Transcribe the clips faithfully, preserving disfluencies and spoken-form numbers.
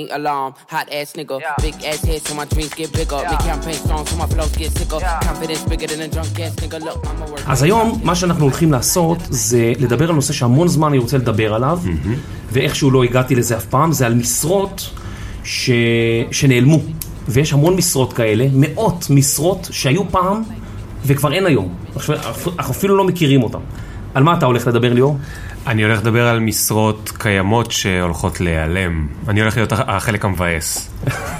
ring alarm. Hot ass nigga, big ass head so my dreams get bigger. Make campaign strong so my flows get sicker. Confidence bigger than a drunk ass nigga. Look, I'm a work. אז היום מה שאנחנו הולכים לעשות זה לדבר על נושא שהמון זמן אני רוצה לדבר עליו, ואיכשהו לא הגעתי לזה אף פעם, זה על משרות ש... שנעלמו. ויש המון משרות כאלה, מאות משרות שהיו פעם וכבר אין היום. אנחנו אפילו לא מכירים אותם. על מה אתה הולך לדבר, ליאור? אני הולך לדבר על משרות קיימות שהולכות להיעלם. אני הולך להיות החלק המבאס.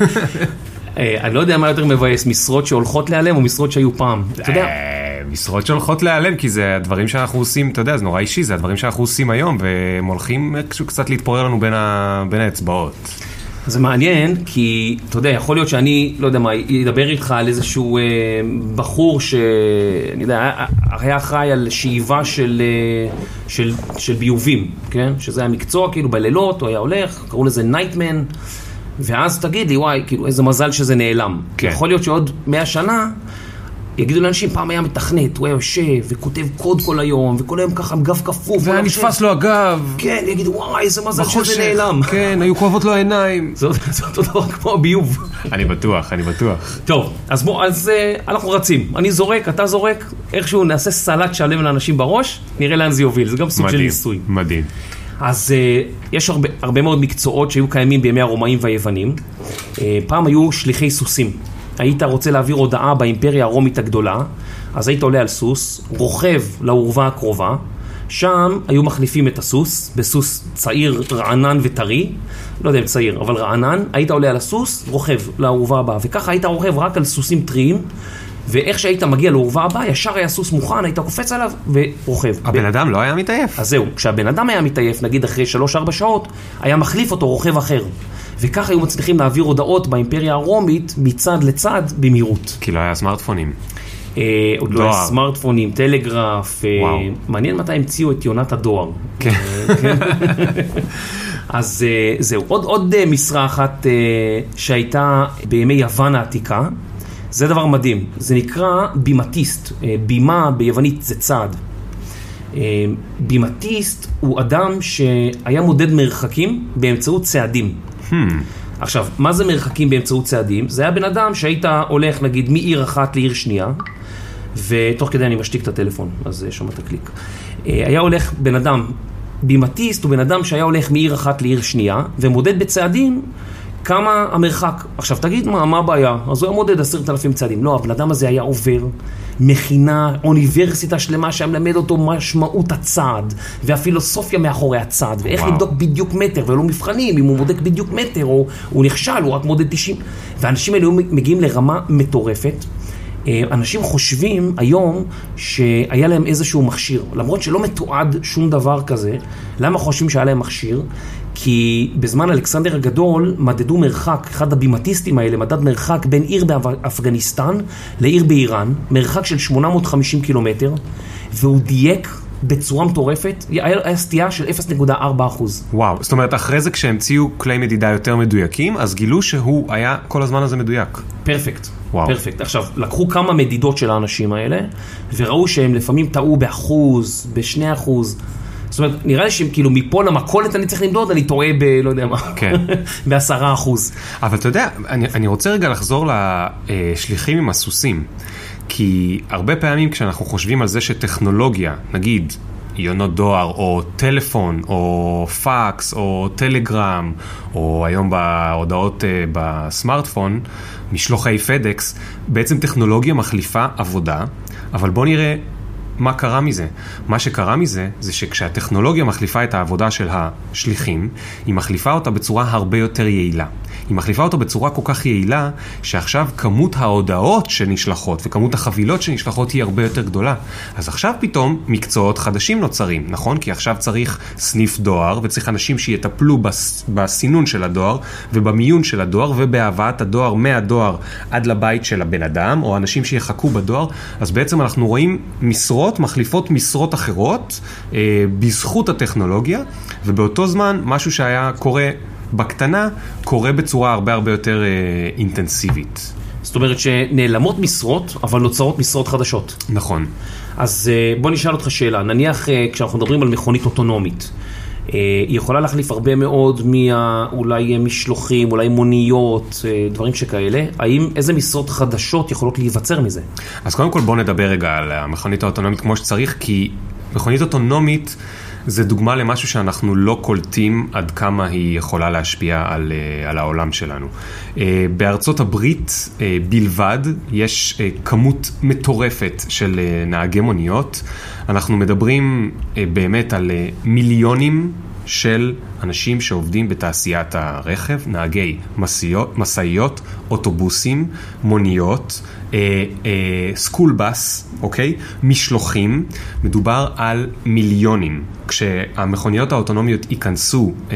אני לא יודע מה יותר מבאס, משרות שהולכות להיעלם או משרות שהיו פעם. אתה יודע... משרות שהולכות להיעלם, כי זה הדברים שאנחנו עושים, אתה יודע, זה נורא אישי, זה הדברים שאנחנו עושים היום, והם הולכים קצת להתפורר לנו בין, ה... בין האצבעות. זה מעניין, כי, אתה יודע, יכול להיות שאני, לא יודע מה, ידבר איתך על איזשהו אה, בחור ש... אני יודע, היה אחראי על שאיבה של, אה, של, של ביובים, כן? שזה היה מקצוע, כאילו, בלילות, הוא היה הולך, קראו לזה נייטמן, ואז תגיד לי, וואי, כאילו, איזה מזל שזה נעלם. כן. יכול להיות שעוד מאה שנה, יגידו לאנשים, פעם היה מתכנת, הוא היה יושב וכותב קוד כל היום, וכל היום ככה גב כפוף. והיה נתפס לו הגב. כן, יגידו, וואי, איזה מזל שזה נעלם. כן, היו כואבות לו העיניים. זה אותו דבר כמו הביוב. אני בטוח, אני בטוח. טוב, אז בוא, אז אנחנו רצים. אני זורק, אתה זורק, איכשהו נעשה סלט שלם לאנשים בראש, נראה לאן זה יוביל. זה גם סוג של ניסוי. מדהים. אז יש הרבה, הרבה מאוד מקצועות שהיו קיימים בימי הרומאים והיוונים. פעם היו שליחי סוסים. היית רוצה להעביר הודעה באימפריה הרומית הגדולה, אז היית עולה על סוס, רוכב לאורווה הקרובה, שם היו מחליפים את הסוס, בסוס צעיר, רענן וטרי, לא יודע אם צעיר, אבל רענן, היית עולה על הסוס, רוכב לאורווה הבאה, וככה היית רוכב רק על סוסים טריים, ואיך שהיית מגיע לאורווה הבאה, ישר היה סוס מוכן, היית קופץ עליו ורוכב. הבן אדם לא היה מתעייף. אז זהו, כשהבן אדם היה מתעייף, נגיד אחרי שלוש ארבע שעות, היה מחליף אותו רוכב אחר. וככה היו מצליחים להעביר הודעות באימפריה הרומית מצד לצד במהירות. כי לא היה סמארטפונים. עוד לא היה סמארטפונים, טלגרף. מעניין מתי המציאו את יונת הדואר. כן. אז זהו, עוד משרה אחת שהייתה בימי יוון העתיקה, זה דבר מדהים. זה נקרא בימטיסט. בימה ביוונית זה צעד. בימטיסט הוא אדם שהיה מודד מרחקים באמצעות צעדים. Hmm. עכשיו, מה זה מרחקים באמצעות צעדים? זה היה בן אדם שהיית הולך, נגיד, מעיר אחת לעיר שנייה, ותוך כדי אני משתיק את הטלפון, אז שומעת הקליק. היה הולך בן אדם, בימטיסט הוא בן אדם שהיה הולך מעיר אחת לעיר שנייה, ומודד בצעדים כמה המרחק. עכשיו, תגיד מה, מה הבעיה? אז הוא היה מודד עשרת אלפים צעדים. לא, הבן אדם הזה היה עובר מכינה, אוניברסיטה שלמה שהיה מלמד אותו משמעות הצעד, והפילוסופיה מאחורי הצעד, ואיך וואו. לבדוק בדיוק מטר, ולא מבחנים, אם הוא בודק בדיוק מטר, או הוא נכשל, הוא רק מודד תשעים. ואנשים האלה מגיעים לרמה מטורפת. אנשים חושבים היום שהיה להם איזשהו מכשיר, למרות שלא מתועד שום דבר כזה. למה חושבים שהיה להם מכשיר? כי בזמן אלכסנדר הגדול מדדו מרחק, אחד הבימטיסטים האלה מדד מרחק בין עיר באפגניסטן לעיר באיראן, מרחק של שמונה מאות וחמישים קילומטר, והוא דייק בצורה מטורפת, היה סטייה של אפס נקודה ארבע אחוז. וואו, זאת אומרת, אחרי זה כשהמציאו כלי מדידה יותר מדויקים, אז גילו שהוא היה כל הזמן הזה מדויק. פרפקט. וואו. פרפקט. עכשיו, לקחו כמה מדידות של האנשים האלה, וראו שהם לפעמים טעו באחוז, בשני אחוז. זאת אומרת, נראה לי שהם כאילו מפה למכולת אני צריך למדוד, אני טועה ב... לא יודע מה. כן. בעשרה אחוז. אבל אתה יודע, אני, אני רוצה רגע לחזור לשליחים עם הסוסים. כי הרבה פעמים כשאנחנו חושבים על זה שטכנולוגיה, נגיד, יונות דואר, או טלפון, או פאקס, או טלגרם, או היום בהודעות בסמארטפון, משלוחי פדקס, בעצם טכנולוגיה מחליפה עבודה, אבל בוא נראה מה קרה מזה. מה שקרה מזה זה שכשהטכנולוגיה מחליפה את העבודה של השליחים, היא מחליפה אותה בצורה הרבה יותר יעילה. היא מחליפה אותה בצורה כל כך יעילה, שעכשיו כמות ההודעות שנשלחות וכמות החבילות שנשלחות היא הרבה יותר גדולה. אז עכשיו פתאום מקצועות חדשים נוצרים, נכון? כי עכשיו צריך סניף דואר, וצריך אנשים שיטפלו בס... בסינון של הדואר, ובמיון של הדואר, ובהבאת הדואר מהדואר עד לבית של הבן אדם, או אנשים שיחכו בדואר. אז בעצם אנחנו רואים משרות, מחליפות משרות אחרות, אה, בזכות הטכנולוגיה, ובאותו זמן משהו שהיה קורה בקטנה, קורה בצורה הרבה הרבה יותר אה, אינטנסיבית. זאת אומרת שנעלמות משרות, אבל נוצרות משרות חדשות. נכון. אז אה, בוא נשאל אותך שאלה. נניח אה, כשאנחנו מדברים על מכונית אוטונומית, היא יכולה להחליף הרבה מאוד מאולי משלוחים, אולי מוניות, דברים שכאלה. האם איזה משרות חדשות יכולות להיווצר מזה? אז קודם כל בוא נדבר רגע על המכונית האוטונומית כמו שצריך, כי מכונית אוטונומית זה דוגמה למשהו שאנחנו לא קולטים עד כמה היא יכולה להשפיע על, על העולם שלנו. בארצות הברית בלבד יש כמות מטורפת של נהגי מוניות. אנחנו מדברים באמת על מיליונים של אנשים שעובדים בתעשיית הרכב, נהגי מסעיות, אוטובוסים, מוניות, אה, אה, סקול בס, אוקיי? משלוחים, מדובר על מיליונים. כשהמכוניות האוטונומיות ייכנסו אה,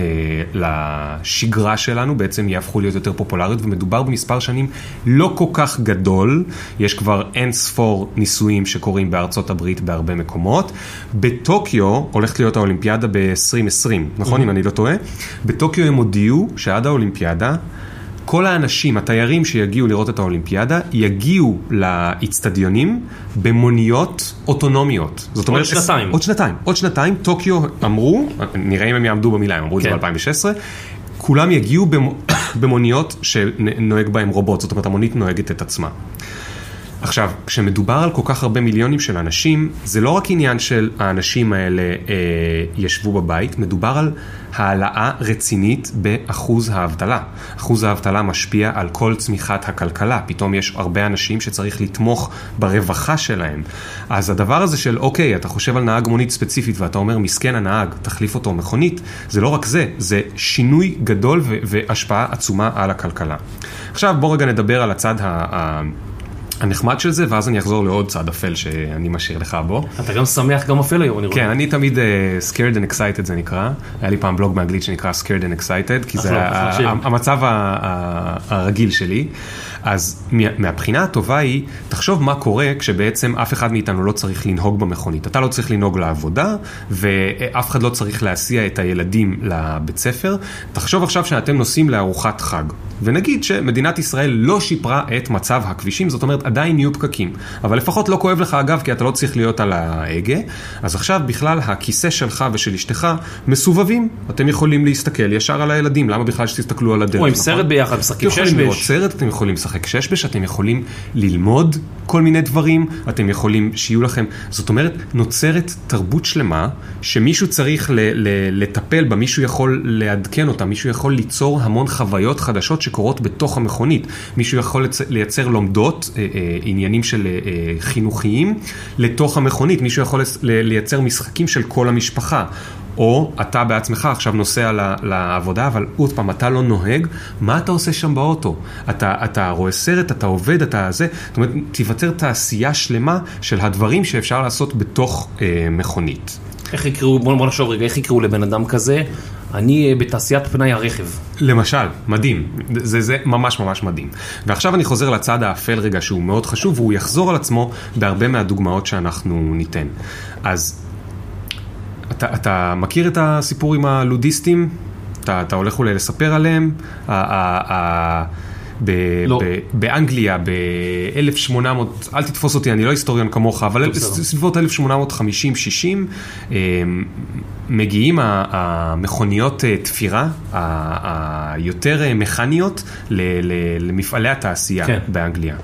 לשגרה שלנו, בעצם יהפכו להיות יותר פופולריות, ומדובר במספר שנים לא כל כך גדול, יש כבר אין ספור ניסויים שקורים בארצות הברית בהרבה מקומות. בטוקיו הולכת להיות האולימפיאדה ב-עשרים עשרים, נכון? Mm-hmm. אם אני לא טועה. בטוקיו הם הודיעו שעד האולימפיאדה, כל האנשים, התיירים שיגיעו לראות את האולימפיאדה, יגיעו לאצטדיונים במוניות אוטונומיות. זאת אומרת, עוד שנתיים. עוד שנתיים. עוד שנתיים, טוקיו אמרו, נראה אם הם יעמדו במילה, הם אמרו את זה ב-אלפיים ושש עשרה, כולם יגיעו במוניות שנוהג בהם רובוט, זאת אומרת, המונית נוהגת את עצמה. עכשיו, כשמדובר על כל כך הרבה מיליונים של אנשים, זה לא רק עניין של האנשים האלה אה, ישבו בבית, מדובר על העלאה רצינית באחוז האבטלה. אחוז האבטלה משפיע על כל צמיחת הכלכלה. פתאום יש הרבה אנשים שצריך לתמוך ברווחה שלהם. אז הדבר הזה של, אוקיי, אתה חושב על נהג מונית ספציפית, ואתה אומר, מסכן הנהג, תחליף אותו מכונית, זה לא רק זה, זה שינוי גדול ו- והשפעה עצומה על הכלכלה. עכשיו, בוא רגע נדבר על הצד ה... ה- הנחמד של זה, ואז אני אחזור לעוד צד אפל שאני משאיר לך בו. אתה גם שמח, גם אפל היום, אני רואה. כן, אני תמיד uh, scared and excited זה נקרא. היה לי פעם בלוג באנגלית שנקרא scared and excited, כי זה המצב הרגיל שלי. אז מהבחינה הטובה היא, תחשוב מה קורה כשבעצם אף אחד מאיתנו לא צריך לנהוג במכונית. אתה לא צריך לנהוג לעבודה, ואף אחד לא צריך להסיע את הילדים לבית ספר. תחשוב עכשיו שאתם נוסעים לארוחת חג, ונגיד שמדינת ישראל לא שיפרה את מצב הכבישים, זאת אומרת עדיין יהיו פקקים, אבל לפחות לא כואב לך אגב, כי אתה לא צריך להיות על ההגה. אז עכשיו בכלל הכיסא שלך ושל אשתך מסובבים, אתם יכולים להסתכל ישר על הילדים, למה בכלל שתסתכלו על הדרך? או עם סרט ביחד, משחקים שש בש. סרט, אתם יכולים לשחק שש בש, אתם יכולים ללמוד כל מיני דברים, אתם יכולים שיהיו לכם, זאת אומרת, נוצרת תרבות שלמה, שמישהו צריך ל- ל- לטפל בה, מישהו יכול לעדכן אותה, מישהו יכול ליצור המון חוויות חדשות שקורות בתוך המכונית, מישהו יכול לייצר לומדות, עניינים של חינוכיים לתוך המכונית, מישהו יכול לייצר משחקים של כל המשפחה, או אתה בעצמך עכשיו נוסע לעבודה, אבל עוד פעם, אתה לא נוהג, מה אתה עושה שם באוטו? אתה, אתה רואה סרט, אתה עובד, אתה זה, זאת אומרת, תיוותר תעשייה שלמה של הדברים שאפשר לעשות בתוך אה, מכונית. איך יקראו, בוא, בוא נחשוב רגע, איך יקראו לבן אדם כזה? אני בתעשיית פנאי הרכב. למשל, מדהים. זה, זה ממש ממש מדהים. ועכשיו אני חוזר לצד האפל רגע שהוא מאוד חשוב, והוא יחזור על עצמו בהרבה מהדוגמאות שאנחנו ניתן. אז אתה, אתה מכיר את הסיפור עם הלודיסטים? אתה, אתה הולך אולי לספר עליהם? ה, ה, ה, ב, לא. ב, באנגליה, ב-אלף שמונה מאות, אל תתפוס אותי, אני לא היסטוריון כמוך, אבל סביבות אלף שמונה מאות חמישים שישים, מגיעים המכוניות תפירה, היותר מכניות, למפעלי התעשייה כן. באנגליה.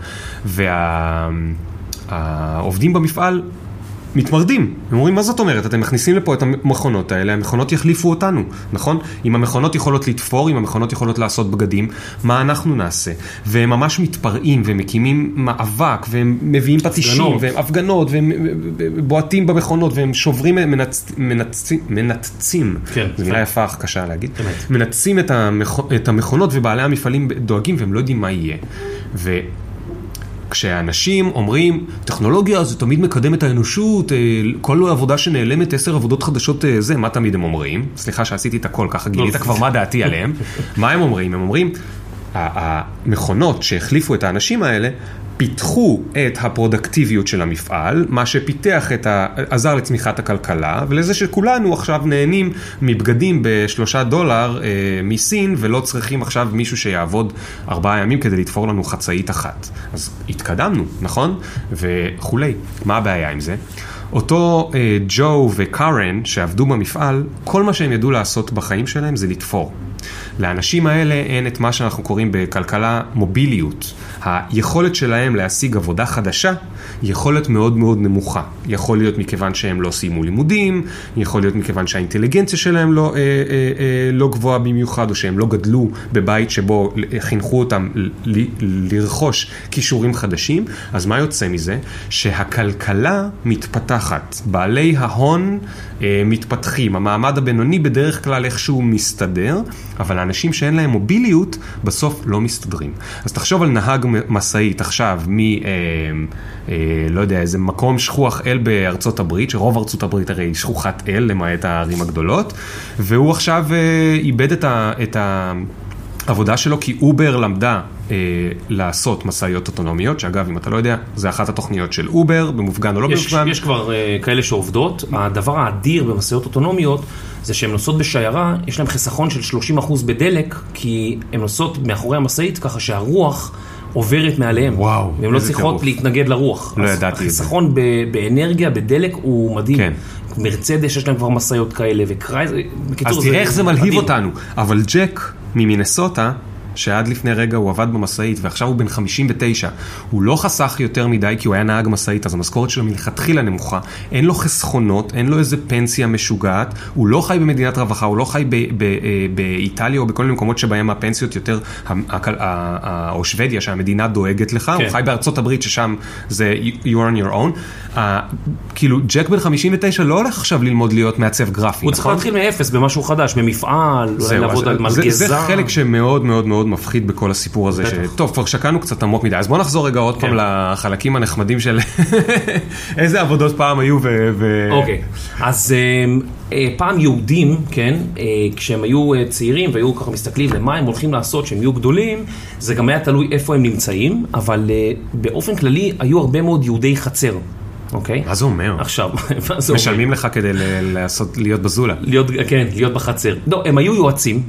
והעובדים במפעל מתמרדים. הם אומרים, מה זאת אומרת? אתם מכניסים לפה את המכונות האלה, המכונות יחליפו אותנו, נכון? אם המכונות יכולות לתפור, אם המכונות יכולות לעשות בגדים, מה אנחנו נעשה? והם ממש מתפרעים, והם מקימים מאבק, והם מביאים פטישים, והם הפגנות, והם בועטים במכונות, והם שוברים, מנצ... מנצ... מנצצים. כן. זו מילה יפה, קשה להגיד. באמת. מנצצים את, המכ... את המכונות, ובעלי המפעלים דואגים, והם לא יודעים מה יהיה. ו... כשאנשים אומרים, טכנולוגיה זה תמיד מקדם את האנושות, כל עבודה שנעלמת, עשר עבודות חדשות זה, מה תמיד הם אומרים? סליחה שעשיתי את הכל, ככה גילית כבר מה דעתי עליהם. מה הם אומרים? הם אומרים, המכונות שהחליפו את האנשים האלה, פיתחו את הפרודקטיביות של המפעל, מה שפיתח את ה... עזר לצמיחת הכלכלה, ולזה שכולנו עכשיו נהנים מבגדים בשלושה דולר אה, מסין, ולא צריכים עכשיו מישהו שיעבוד ארבעה ימים כדי לתפור לנו חצאית אחת. אז התקדמנו, נכון? וכולי. מה הבעיה עם זה? אותו אה, ג'ו וקארן שעבדו במפעל, כל מה שהם ידעו לעשות בחיים שלהם זה לתפור. לאנשים האלה אין את מה שאנחנו קוראים בכלכלה מוביליות. היכולת שלהם להשיג עבודה חדשה היא יכולת מאוד מאוד נמוכה. יכול להיות מכיוון שהם לא סיימו לימודים, יכול להיות מכיוון שהאינטליגנציה שלהם לא, אה, אה, אה, לא גבוהה במיוחד, או שהם לא גדלו בבית שבו חינכו אותם ל- ל- לרכוש כישורים חדשים. אז מה יוצא מזה? שהכלכלה מתפתחת. בעלי ההון אה, מתפתחים. המעמד הבינוני בדרך כלל איכשהו מסתדר, אבל האנשים שאין להם מוביליות בסוף לא מסתדרים. אז תחשוב על נהג מסעית עכשיו מ... אה, אה, לא יודע, איזה מקום שכוח אל בארצות הברית, שרוב ארצות הברית הרי שכוחת אל למעט הערים הגדולות, והוא עכשיו אה, איבד את ה... את ה עבודה שלו, כי אובר למדה אה, לעשות מסעיות אוטונומיות, שאגב, אם אתה לא יודע, זה אחת התוכניות של אובר, במופגן או לא יש, במופגן. יש כבר אה, כאלה שעובדות. הדבר האדיר במסעיות אוטונומיות, זה שהן נוסעות בשיירה, יש להן חיסכון של שלושים אחוז בדלק, כי הן נוסעות מאחורי המסעית, ככה שהרוח עוברת מעליהם. וואו. והן לא צריכות להתנגד לרוח. לא ידעתי את זה. החיסכון באנרגיה, בדלק, הוא מדהים. כן. מרצדס, יש להם כבר מסעיות כאלה, וקרייז... אז תראה איך זה מלהיב אותנו. אבל ג'ק ממינסוטה, שעד לפני רגע הוא עבד במסעית, ועכשיו הוא בן חמישים ותשע, הוא לא חסך יותר מדי, כי הוא היה נהג מסעית, אז המשכורת שלו מלכתחילה נמוכה, אין לו חסכונות, אין לו איזה פנסיה משוגעת, הוא לא חי במדינת רווחה, הוא לא חי באיטליה או בכל מיני מקומות שבהם הפנסיות יותר, או שוודיה, שהמדינה דואגת לך, הוא חי בארצות הברית, ששם זה you are on your own. כאילו, ג'ק בן חמישים ותשע לא הולך עכשיו ללמוד להיות מעצב גרפי. הוא צריך להתחיל מאפס במשהו חדש, במפעל, לעבוד על מלגזה. זה חלק שמאוד מאוד מאוד מפחיד בכל הסיפור הזה, שטוב, כבר שקענו קצת עמוק מדי, אז בוא נחזור רגע עוד פעם לחלקים הנחמדים של איזה עבודות פעם היו ו... אוקיי, אז פעם יהודים, כן, כשהם היו צעירים והיו ככה מסתכלים למה הם הולכים לעשות שהם יהיו גדולים, זה גם היה תלוי איפה הם נמצאים, אבל באופן כללי היו הרבה מאוד יהודי חצר. אוקיי? מה זה אומר? עכשיו, מה זה אומר? משלמים לך כדי לעשות, להיות בזולה. להיות, כן, להיות בחצר. לא, הם היו יועצים.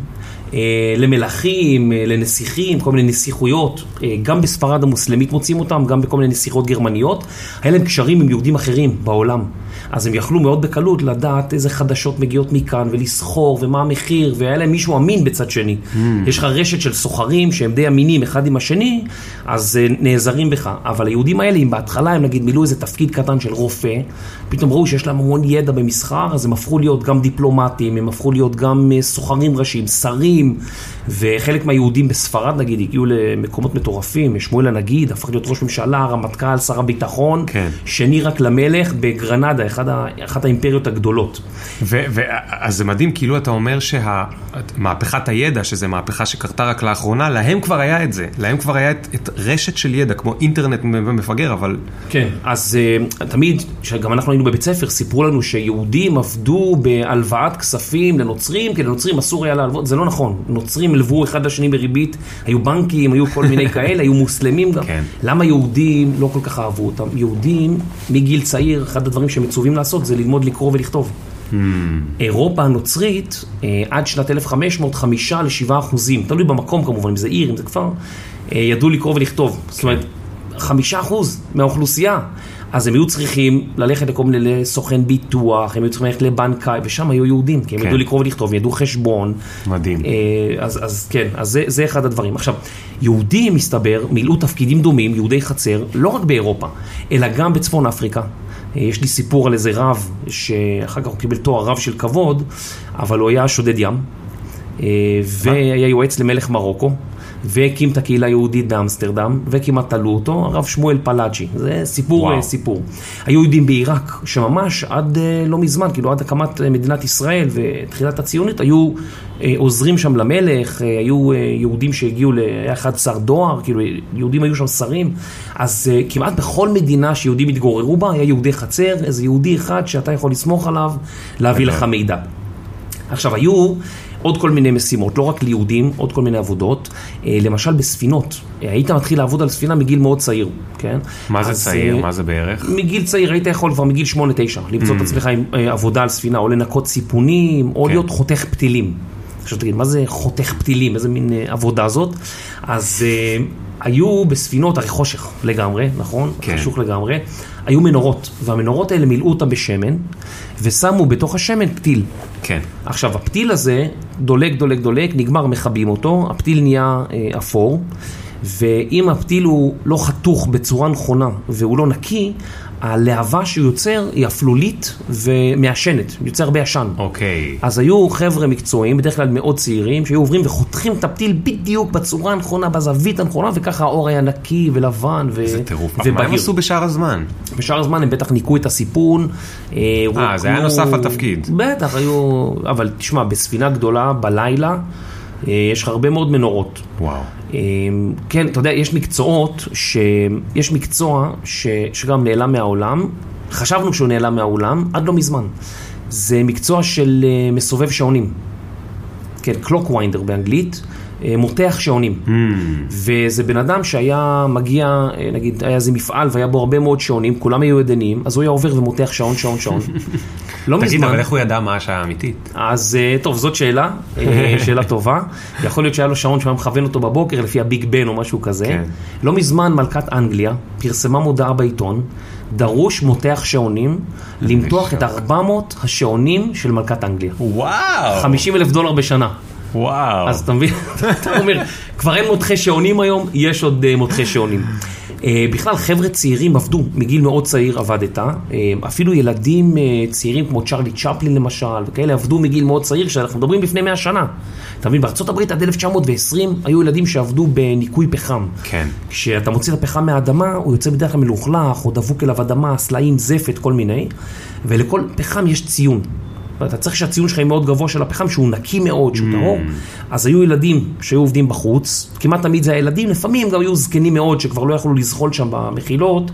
למלכים, לנסיכים, כל מיני נסיכויות, גם בספרד המוסלמית מוצאים אותם, גם בכל מיני נסיכות גרמניות, היה להם קשרים עם יהודים אחרים בעולם. אז הם יכלו מאוד בקלות לדעת איזה חדשות מגיעות מכאן, ולסחור, ומה המחיר, והיה להם מישהו אמין בצד שני. Mm. יש לך רשת של סוחרים שהם די אמינים אחד עם השני, אז נעזרים בך. אבל היהודים האלה, אם בהתחלה הם נגיד מילאו איזה תפקיד קטן של רופא, פתאום ראו שיש להם המון ידע במסחר, אז הם הפכו להיות גם דיפלומטים, הם הפכו להיות גם סוחרים ראשיים, שרים, וחלק מהיהודים בספרד נגיד הגיעו למקומות מטורפים, שמואל הנגיד, הפך להיות ראש ממשלה, רמטכ"ל, שר הביטחון, כן. שני רק למלך בגרנדה, אחד ה, אחת האימפריות הגדולות. ו, ו, אז זה מדהים, כאילו אתה אומר שהמהפכת הידע, שזה מהפכה שקרתה רק לאחרונה, להם כבר היה את זה, להם כבר היה את, את רשת של ידע, כמו אינטרנט ומפגר, אבל... כן, אז uh, תמיד, שגם אנחנו היינו בבית ספר, סיפרו לנו שיהודים עבדו בהלוואת כספים לנוצרים, כי לנוצרים אסור היה להלוות, זה לא נכון, נוצרים לבו אחד לשני בריבית, היו בנקים, היו כל מיני כאלה, היו מוסלמים גם. כן. למה יהודים לא כל כך אהבו אותם? יהודים מגיל צעיר, אחד הדברים שמצווים לעשות זה ללמוד לקרוא ולכתוב. Hmm. אירופה הנוצרית, עד שנת אלף וחמש מאות, חמישה לשבעה אחוזים, תלוי במקום כמובן, אם זה עיר, אם זה כפר, ידעו לקרוא ולכתוב. זאת אומרת, חמישה אחוז מהאוכלוסייה. אז הם היו צריכים ללכת לכל מיני סוכן ביטוח, הם היו צריכים ללכת לבנקאי, ושם היו יהודים, כי הם כן. ידעו לקרוא ולכתוב, ידעו חשבון. מדהים. אז, אז כן, אז זה, זה אחד הדברים. עכשיו, יהודים מסתבר, מילאו תפקידים דומים, יהודי חצר, לא רק באירופה, אלא גם בצפון אפריקה. יש לי סיפור על איזה רב, שאחר כך הוא קיבל תואר רב של כבוד, אבל הוא היה שודד ים, והיה יועץ למלך מרוקו, והקים את הקהילה היהודית באמסטרדם, וכמעט תלו אותו, הרב שמואל פלאג'י. זה סיפור, וואו. סיפור. היו יהודים בעיראק, שממש עד לא מזמן, כאילו עד הקמת מדינת ישראל ותחילת הציונית, היו עוזרים שם למלך, היו יהודים שהגיעו, היה אחד שר דואר, כאילו יהודים היו שם שרים, אז כמעט בכל מדינה שיהודים התגוררו בה, היה יהודי חצר, איזה יהודי אחד שאתה יכול לסמוך עליו, להביא לך מידע. עכשיו, היו עוד כל מיני משימות, לא רק ליהודים, עוד כל מיני עבודות. למשל בספינות, היית מתחיל לעבוד על ספינה מגיל מאוד צעיר, כן? מה זה צעיר? מה זה בערך? מגיל צעיר היית יכול כבר מגיל שמונה תשע, למצוא את עצמך עם עבודה על ספינה, או לנקות סיפונים, או להיות חותך פתילים. עכשיו תגיד, מה זה חותך פתילים? איזה מין עבודה זאת? אז היו בספינות, הרי חושך לגמרי, נכון? כן. חשוך לגמרי. היו מנורות, והמנורות האלה מילאו אותם בשמן, ושמו בתוך השמן פתיל. כן. עכשיו, הפתיל הזה דולק, דולק, דולק, נגמר, מחבים אותו, הפתיל נהיה אה, אפור, ואם הפתיל הוא לא חתוך בצורה נכונה, והוא לא נקי, הלהבה שהוא יוצר היא אפלולית ומעשנת, יוצר הרבה עשן. אוקיי. אז היו חבר'ה מקצועיים, בדרך כלל מאוד צעירים, שהיו עוברים וחותכים את הפתיל בדיוק בצורה הנכונה, בזווית הנכונה, וככה האור היה נקי ולבן ו... זה טירוף. מה הם עשו בשאר הזמן? בשאר הזמן הם בטח ניקו את הסיפון. אה, זה היה נוסף על תפקיד. בטח, היו... אבל תשמע, בספינה גדולה, בלילה, יש הרבה מאוד מנורות. וואו. כן, אתה יודע, יש מקצועות, שיש מקצוע ש... שגם נעלם מהעולם, חשבנו שהוא נעלם מהעולם, עד לא מזמן. זה מקצוע של מסובב שעונים. כן, קלוקוויינדר באנגלית, מותח שעונים. Mm. וזה בן אדם שהיה מגיע, נגיד, היה איזה מפעל והיה בו הרבה מאוד שעונים, כולם היו ידניים, אז הוא היה עובר ומותח שעון, שעון, שעון. לא מזמן. תגיד, אבל איך הוא ידע מה השעה האמיתית? אז טוב, זאת שאלה, שאלה טובה. יכול להיות שהיה לו שעון שהוא מכוון אותו בבוקר, לפי הביג בן או משהו כזה. כן. לא מזמן מלכת אנגליה פרסמה מודעה בעיתון, דרוש מותח שעונים, למתוח את ארבע מאות השעונים של מלכת אנגליה. וואו! חמישים אלף דולר בשנה. וואו. אז אתה מבין, אתה אומר, כבר אין מותחי שעונים היום, יש עוד מותחי שעונים. בכלל, חבר'ה צעירים עבדו, מגיל מאוד צעיר עבדת, אפילו ילדים צעירים כמו צ'רלי צ'פלין למשל, וכאלה עבדו מגיל מאוד צעיר, שאנחנו מדברים לפני מאה שנה. אתה מבין, בארצות הברית עד אלף תשע מאות ועשרים היו ילדים שעבדו בניקוי פחם. כן. כשאתה מוציא את הפחם מהאדמה, הוא יוצא בדרך כלל מלוכלך, או דבוק אליו אדמה, סלעים, זפת, כל מיני, ולכל פחם יש ציון. אתה צריך שהציון שלך היא מאוד גבוה של הפחם, שהוא נקי מאוד, שהוא טהור. אז היו ילדים שהיו עובדים בחוץ, כמעט תמיד זה הילדים, לפעמים גם היו זקנים מאוד, שכבר לא יכלו לזחול שם במחילות,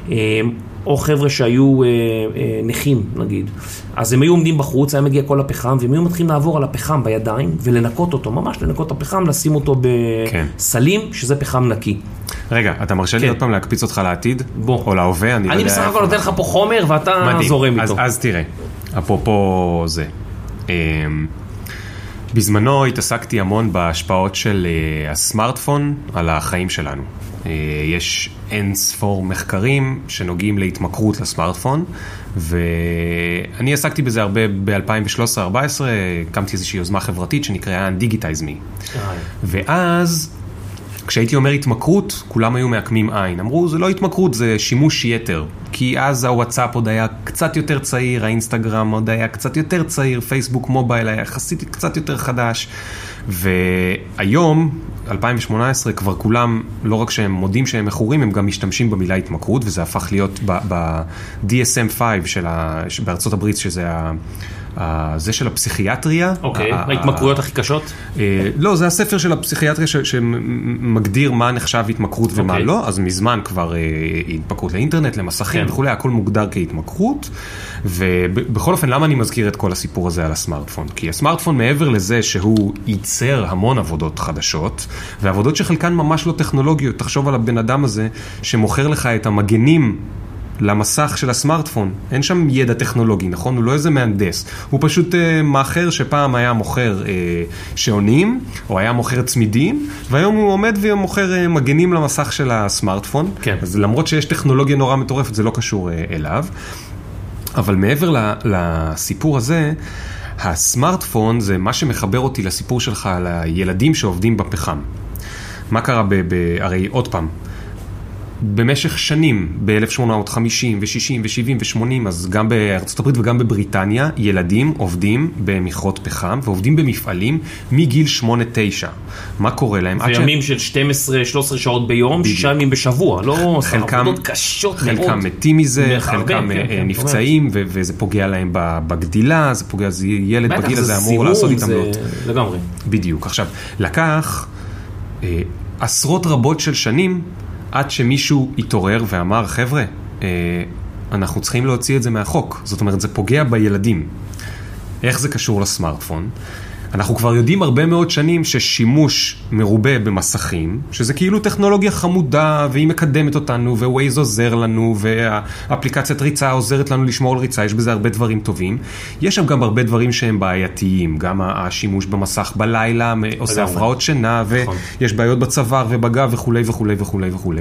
או חבר'ה שהיו נכים, נגיד. אז הם היו עומדים בחוץ, היה מגיע כל הפחם, והם היו מתחילים לעבור על הפחם בידיים, ולנקות אותו, ממש לנקות את הפחם, לשים אותו בסלים, שזה פחם נקי. רגע, אתה מרשה לי עוד פעם להקפיץ אותך לעתיד? בוא. או להווה? אני בסך הכל נותן לך פה חומר, ואתה זורם איתו. אז תראה. אפרופו זה, בזמנו התעסקתי המון בהשפעות של הסמארטפון על החיים שלנו. יש אין ספור מחקרים שנוגעים להתמכרות לסמארטפון, ואני עסקתי בזה הרבה ב-אלפיים ושלוש עשרה ארבע עשרה, הקמתי איזושהי יוזמה חברתית שנקראה Digitize Me. ואז כשהייתי אומר התמכרות, כולם היו מעקמים עין. אמרו, זה לא התמכרות, זה שימוש יתר. כי אז הוואטסאפ עוד היה קצת יותר צעיר, האינסטגרם עוד היה קצת יותר צעיר, פייסבוק מובייל היה יחסית קצת יותר חדש. והיום, אלפיים ושמונה עשרה, כבר כולם, לא רק שהם מודים שהם מכורים, הם גם משתמשים במילה התמכרות, וזה הפך להיות ב-די אס אם חמש של ה... בארצות הברית, שזה ה... זה של הפסיכיאטריה. אוקיי, ההתמכרויות הכי קשות? לא, זה הספר של הפסיכיאטריה שמגדיר מה נחשב התמכרות ומה לא, אז מזמן כבר התמכרות לאינטרנט, למסכים וכו', הכל מוגדר כהתמכרות, ובכל אופן, למה אני מזכיר את כל הסיפור הזה על הסמארטפון? כי הסמארטפון מעבר לזה שהוא ייצר המון עבודות חדשות, ועבודות שחלקן ממש לא טכנולוגיות, תחשוב על הבן אדם הזה שמוכר לך את המגנים למסך של הסמארטפון. אין שם ידע טכנולוגי, נכון? הוא לא איזה מהנדס. הוא פשוט אה, מאחר שפעם היה מוכר אה, שעונים, או היה מוכר צמידים, והיום הוא עומד ומוכר אה, מגנים למסך של הסמארטפון. כן. אז למרות שיש טכנולוגיה נורא מטורפת, זה לא קשור אה, אליו. אבל מעבר ל, לסיפור הזה, הסמארטפון זה מה שמחבר אותי לסיפור שלך על הילדים שעובדים בפחם. מה קרה ב... ב הרי עוד פעם, במשך שנים, ב-אלף שמונה מאות וחמישים ו-שישים ו-שבעים ו-שמונים, אז גם בארצות הברית וגם בבריטניה, ילדים עובדים במכרות פחם, ועובדים במפעלים מגיל שמונה תשע. מה קורה להם? וימים ש... של שתים עשרה שלוש עשרה שעות ביום, שישה ימים בשבוע, לא חלקם, עבודות קשות חלקם מאוד. חלקם מתים מזה, חלקם כן, כן, נפצעים, ו- וזה פוגע להם בגדילה, זה פוגע, זה ילד בגיל הזה אמור לעשות איתם לא. לגמרי. בדיוק. עכשיו, לקח אה, עשרות רבות של שנים, עד שמישהו התעורר ואמר, חבר'ה, אה, אנחנו צריכים להוציא את זה מהחוק. זאת אומרת, זה פוגע בילדים. איך זה קשור לסמארטפון? אנחנו כבר יודעים הרבה מאוד שנים ששימוש מרובה במסכים, שזה כאילו טכנולוגיה חמודה, והיא מקדמת אותנו, ווייז עוזר לנו, והאפליקציית ריצה עוזרת לנו לשמור על ריצה, יש בזה הרבה דברים טובים. יש שם גם הרבה דברים שהם בעייתיים, גם השימוש במסך בלילה, עושה הפרעות שינה, ויש בעיות בצוואר ובגב וכו' וכו' וכו' וכו'.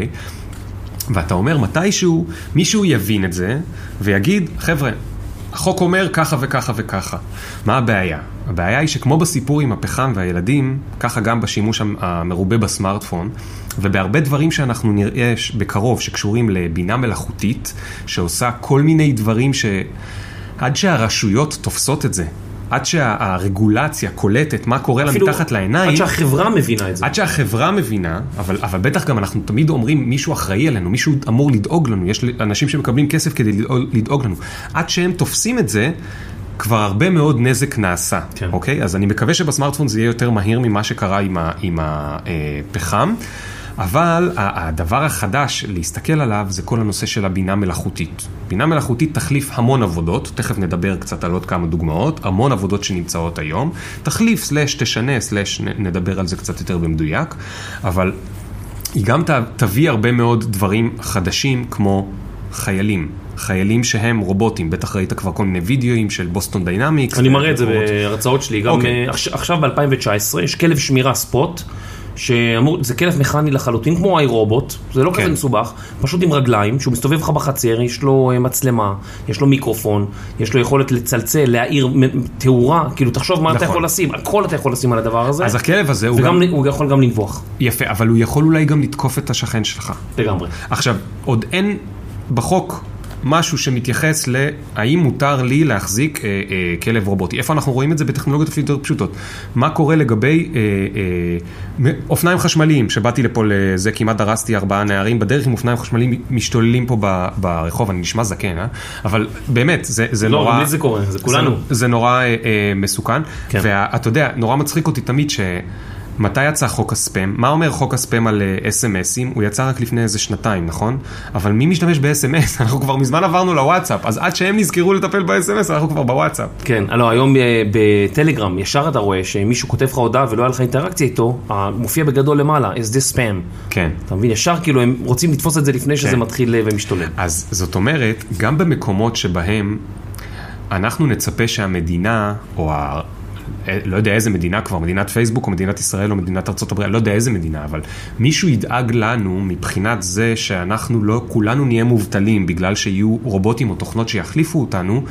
ואתה אומר, מתישהו מישהו יבין את זה, ויגיד, חבר'ה, החוק אומר ככה וככה וככה. מה הבעיה? הבעיה היא שכמו בסיפור עם הפחם והילדים, ככה גם בשימוש המרובה בסמארטפון, ובהרבה דברים שאנחנו נראה בקרוב שקשורים לבינה מלאכותית, שעושה כל מיני דברים שעד שהרשויות תופסות את זה, עד שהרגולציה קולטת מה קורה לה מתחת לעיניים. עד שהחברה מבינה את זה. עד שהחברה מבינה, אבל, אבל בטח גם אנחנו תמיד אומרים, מישהו אחראי עלינו, מישהו אמור לדאוג לנו, יש אנשים שמקבלים כסף כדי לדאוג, לדאוג לנו. עד שהם תופסים את זה, כבר הרבה מאוד נזק נעשה. כן. אוקיי? אז אני מקווה שבסמארטפון זה יהיה יותר מהיר ממה שקרה עם, ה, עם הפחם. אבל הדבר החדש להסתכל עליו זה כל הנושא של הבינה מלאכותית. בינה מלאכותית תחליף המון עבודות, תכף נדבר קצת על עוד כמה דוגמאות, המון עבודות שנמצאות היום, תחליף סלש תשנה, סלש נדבר על זה קצת יותר במדויק, אבל היא גם תביא הרבה מאוד דברים חדשים כמו חיילים. חיילים שהם רובוטים, בטח ראית כבר כל מיני וידאוים של בוסטון דיינמיקס. אני מראה את זה בהרצאות שלי, גם עכשיו ב-אלפיים תשע עשרה יש כלב שמירה ספוט, שאמור, זה כלב מכני לחלוטין, כמו איי רובוט, זה לא כזה מסובך, פשוט עם רגליים, שהוא מסתובב לך בחצר, יש לו מצלמה, יש לו מיקרופון, יש לו יכולת לצלצל, להעיר תאורה, כאילו תחשוב מה אתה יכול לשים, הכל אתה יכול לשים על הדבר הזה. אז הכלב הזה וגם הוא יכול גם לנבוח. יפה, אבל הוא יכול אולי גם לתקוף את השכן שלך. לגמרי. עכשיו, עוד אין בחוק משהו שמתייחס להאם מותר לי להחזיק אה, אה, כלב רובוטי. איפה אנחנו רואים את זה? בטכנולוגיות אפילו יותר פשוטות. מה קורה לגבי אה, אה, אופניים חשמליים, שבאתי לפה לזה, כמעט דרסתי ארבעה נערים בדרך עם אופניים חשמליים משתוללים פה ב, ברחוב, אני נשמע זקן, אה? אבל באמת, זה, זה לא, נורא... לא, זה קורה, זה כולנו. זה, זה נורא אה, אה, מסוכן, כן. ואתה יודע, נורא מצחיק אותי תמיד ש... מתי יצא חוק הספאם? מה אומר חוק הספאם על אס אם אסים? הוא יצא רק לפני איזה שנתיים, נכון? אבל מי משתמש ב-אס אם אס? אנחנו כבר מזמן עברנו לוואטסאפ, אז עד שהם נזכרו לטפל ב-אס אם אס, אנחנו כבר בוואטסאפ. כן, לא, היום בטלגרם, ישר אתה רואה שמישהו כותב לך הודעה ולא היה לך אינטראקציה איתו, מופיע בגדול למעלה, is this spam? כן. אתה מבין, ישר כאילו הם רוצים לתפוס את זה לפני שזה מתחיל ומשתולל. אז זאת אומרת, גם במקומות שבהם אנחנו נצפה שהמדינה, או ה... לא יודע איזה מדינה כבר, מדינת פייסבוק או מדינת ישראל או מדינת ארצות הברית, לא יודע איזה מדינה, אבל מישהו ידאג לנו מבחינת זה שאנחנו לא, כולנו נהיה מובטלים בגלל שיהיו רובוטים או תוכנות שיחליפו אותנו.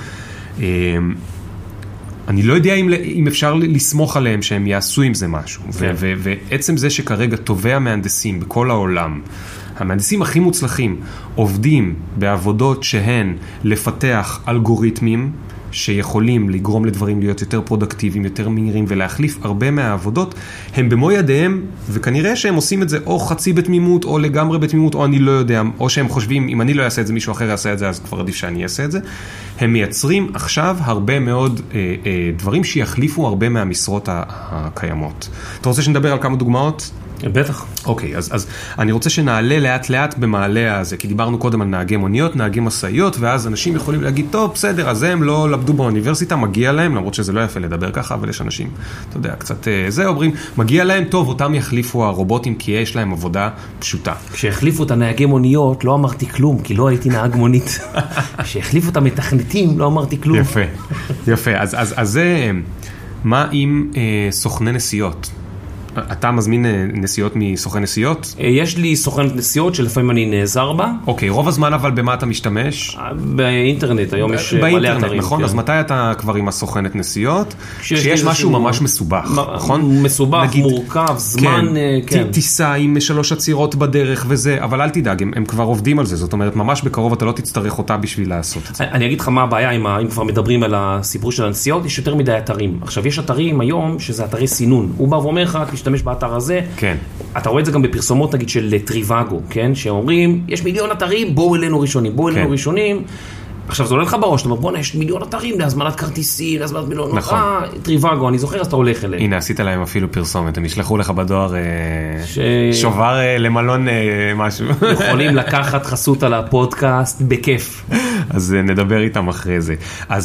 אני לא יודע אם, אם אפשר לסמוך עליהם שהם יעשו עם זה משהו. ו- ו- ועצם זה שכרגע טובי המהנדסים בכל העולם, המהנדסים הכי מוצלחים, עובדים בעבודות שהן לפתח אלגוריתמים, שיכולים לגרום לדברים להיות יותר פרודקטיביים, יותר מהירים, ולהחליף הרבה מהעבודות, הם במו ידיהם, וכנראה שהם עושים את זה או חצי בתמימות, או לגמרי בתמימות, או אני לא יודע, או שהם חושבים, אם אני לא אעשה את זה, מישהו אחר יעשה את זה, אז כבר עדיף שאני אעשה את זה. הם מייצרים עכשיו הרבה מאוד אה, אה, דברים שיחליפו הרבה מהמשרות הקיימות. אתה רוצה שנדבר על כמה דוגמאות? בטח. אוקיי, אז, אז אני רוצה שנעלה לאט לאט במעלה הזה, כי דיברנו קודם על נהגי מוניות, נהגי מסעיות, ואז אנשים יכולים להגיד, טוב, בסדר, אז הם לא למדו באוניברסיטה, מגיע להם, למרות שזה לא יפה לדבר ככה, אבל יש אנשים, אתה יודע, קצת זה, אומרים, מגיע להם, טוב, אותם יחליפו הרובוטים, כי יש להם עבודה פשוטה. כשהחליפו את הנהגי מוניות, לא אמרתי כלום, כי לא הייתי נהג מונית. כשהחליפו את המתכנתים, לא אמרתי כלום. יפה, יפה. אז, אז, אז זה, מה עם אה, סוכני נסיעות? אתה מזמין נסיעות מסוכן נסיעות? יש לי סוכנת נסיעות שלפעמים אני נעזר בה. אוקיי, רוב הזמן אבל במה אתה משתמש? באינטרנט, היום יש מלא אתרים. באינטרנט, נכון? אז מתי אתה כבר עם הסוכנת נסיעות? כשיש משהו ממש מסובך, נכון? מסובך, מורכב, זמן, כן. טיסה עם שלוש עצירות בדרך וזה, אבל אל תדאג, הם כבר עובדים על זה, זאת אומרת, ממש בקרוב אתה לא תצטרך אותה בשביל לעשות את זה. אני אגיד לך מה הבעיה, אם כבר מדברים על הסיפור של הנסיעות, יש יותר מדי אתרים. עכשיו, יש אתרים היום שזה אתרי סינון. הוא בא ואומר לך, תשתמש באתר הזה. כן. אתה רואה את זה גם בפרסומות, נגיד, של טריוואגו, כן? שאומרים, יש מיליון אתרים, בואו אלינו ראשונים, בואו אלינו ראשונים. עכשיו, זה עולה לך בראש, אתה אומר, בואו, יש מיליון אתרים להזמנת כרטיסים, להזמנת מיליון... נכון. אה, טריוואגו, אני זוכר, אז אתה הולך אליהם. הנה, עשית להם אפילו פרסומת, הם ישלחו לך בדואר ש... שובר למלון משהו. יכולים לקחת חסות על הפודקאסט בכיף. אז נדבר איתם אחרי זה. אז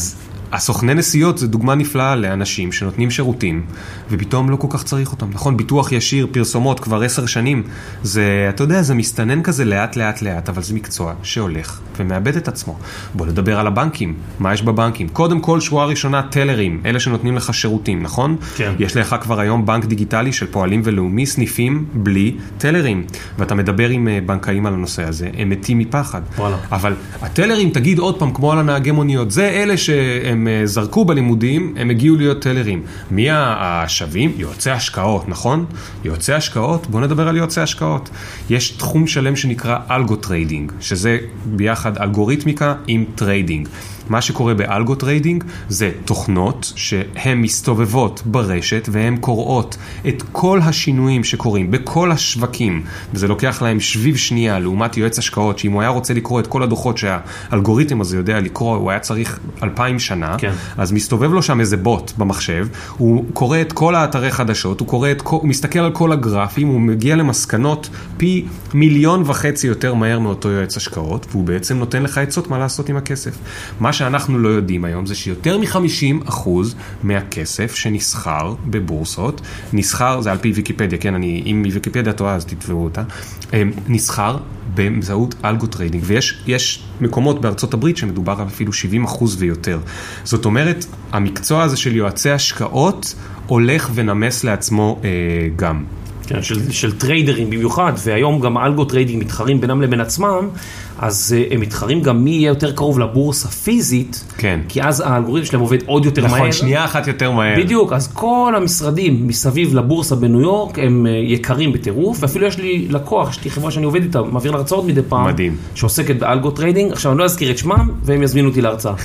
הסוכני נסיעות זה דוגמה נפלאה לאנשים שנותנים שירותים, ופתאום לא כל כך צריך אותם. נכון, ביטוח ישיר, פרסומות, כבר עשר שנים, זה, אתה יודע, זה מסתנן כזה לאט לאט לאט, אבל זה מקצוע שהולך ומאבד את עצמו. בוא נדבר על הבנקים. מה יש בבנקים? קודם כל, שורה ראשונה, טלרים, אלה שנותנים לך שירותים, נכון? כן. יש לך כבר היום בנק דיגיטלי של פועלים ולאומי, סניפים בלי טלרים. ואתה מדבר עם בנקאים על הנושא הזה, הם מתים מפחד. וואלה. אבל הטלרים, תגיד עוד פעם, כמו על הנהגי מוניות, זה אלה שהם זרקו בלימודים, הם הגיעו להיות טלרים. מי השווים? יועצי השקעות, נכון? יועצי השקעות, בואו נדבר על יועצי השקעות. יש תחום שלם שנקרא אלגו טריידינג, שזה ביחד אלגוריתמיקה עם טריידינג. מה שקורה באלגו טריידינג זה תוכנות שהן מסתובבות ברשת והן קוראות את כל השינויים שקורים בכל השווקים, וזה לוקח להם שביב שנייה לעומת יועץ השקעות, שאם הוא היה רוצה לקרוא את כל הדוחות שהאלגוריתם הזה יודע לקרוא, הוא היה צריך אלפיים שנה, כן. אז מסתובב לו שם איזה בוט במחשב, הוא קורא את כל האתרי חדשות, הוא, קורא את כל, הוא מסתכל על כל הגרפים, הוא מגיע למסקנות פי מיליון וחצי יותר מהר מאותו יועץ השקעות, והוא בעצם נותן לך עצות מה לעשות עם הכסף. מה שאנחנו לא יודעים היום זה שיותר מ-חמישים אחוז מהכסף שנסחר בבורסות, נסחר, זה על פי ויקיפדיה, כן, אני, אם ויקיפדיה טועה אז תתבעו אותה, נסחר באמצעות אלגו טריידינג, ויש יש מקומות בארצות הברית שמדובר על אפילו שבעים אחוז ויותר. זאת אומרת, המקצוע הזה של יועצי השקעות הולך ונמס לעצמו אה, גם. כן, של, של טריידרים במיוחד, והיום גם אלגו טריידינג מתחרים בינם לבין עצמם, אז uh, הם מתחרים גם מי יהיה יותר קרוב לבורסה פיזית, כן. כי אז האלגוריתם שלהם עובד עוד יותר נכון, מהר. נכון, שנייה אחת יותר מהר. בדיוק, אז כל המשרדים מסביב לבורסה בניו יורק הם uh, יקרים בטירוף, ואפילו יש לי לקוח, יש לי חברה שאני עובד איתה, מעביר להרצאות מדי פעם, מדהים. שעוסקת באלגו טריידינג, עכשיו אני לא אזכיר את שמם, והם יזמינו אותי להרצאה.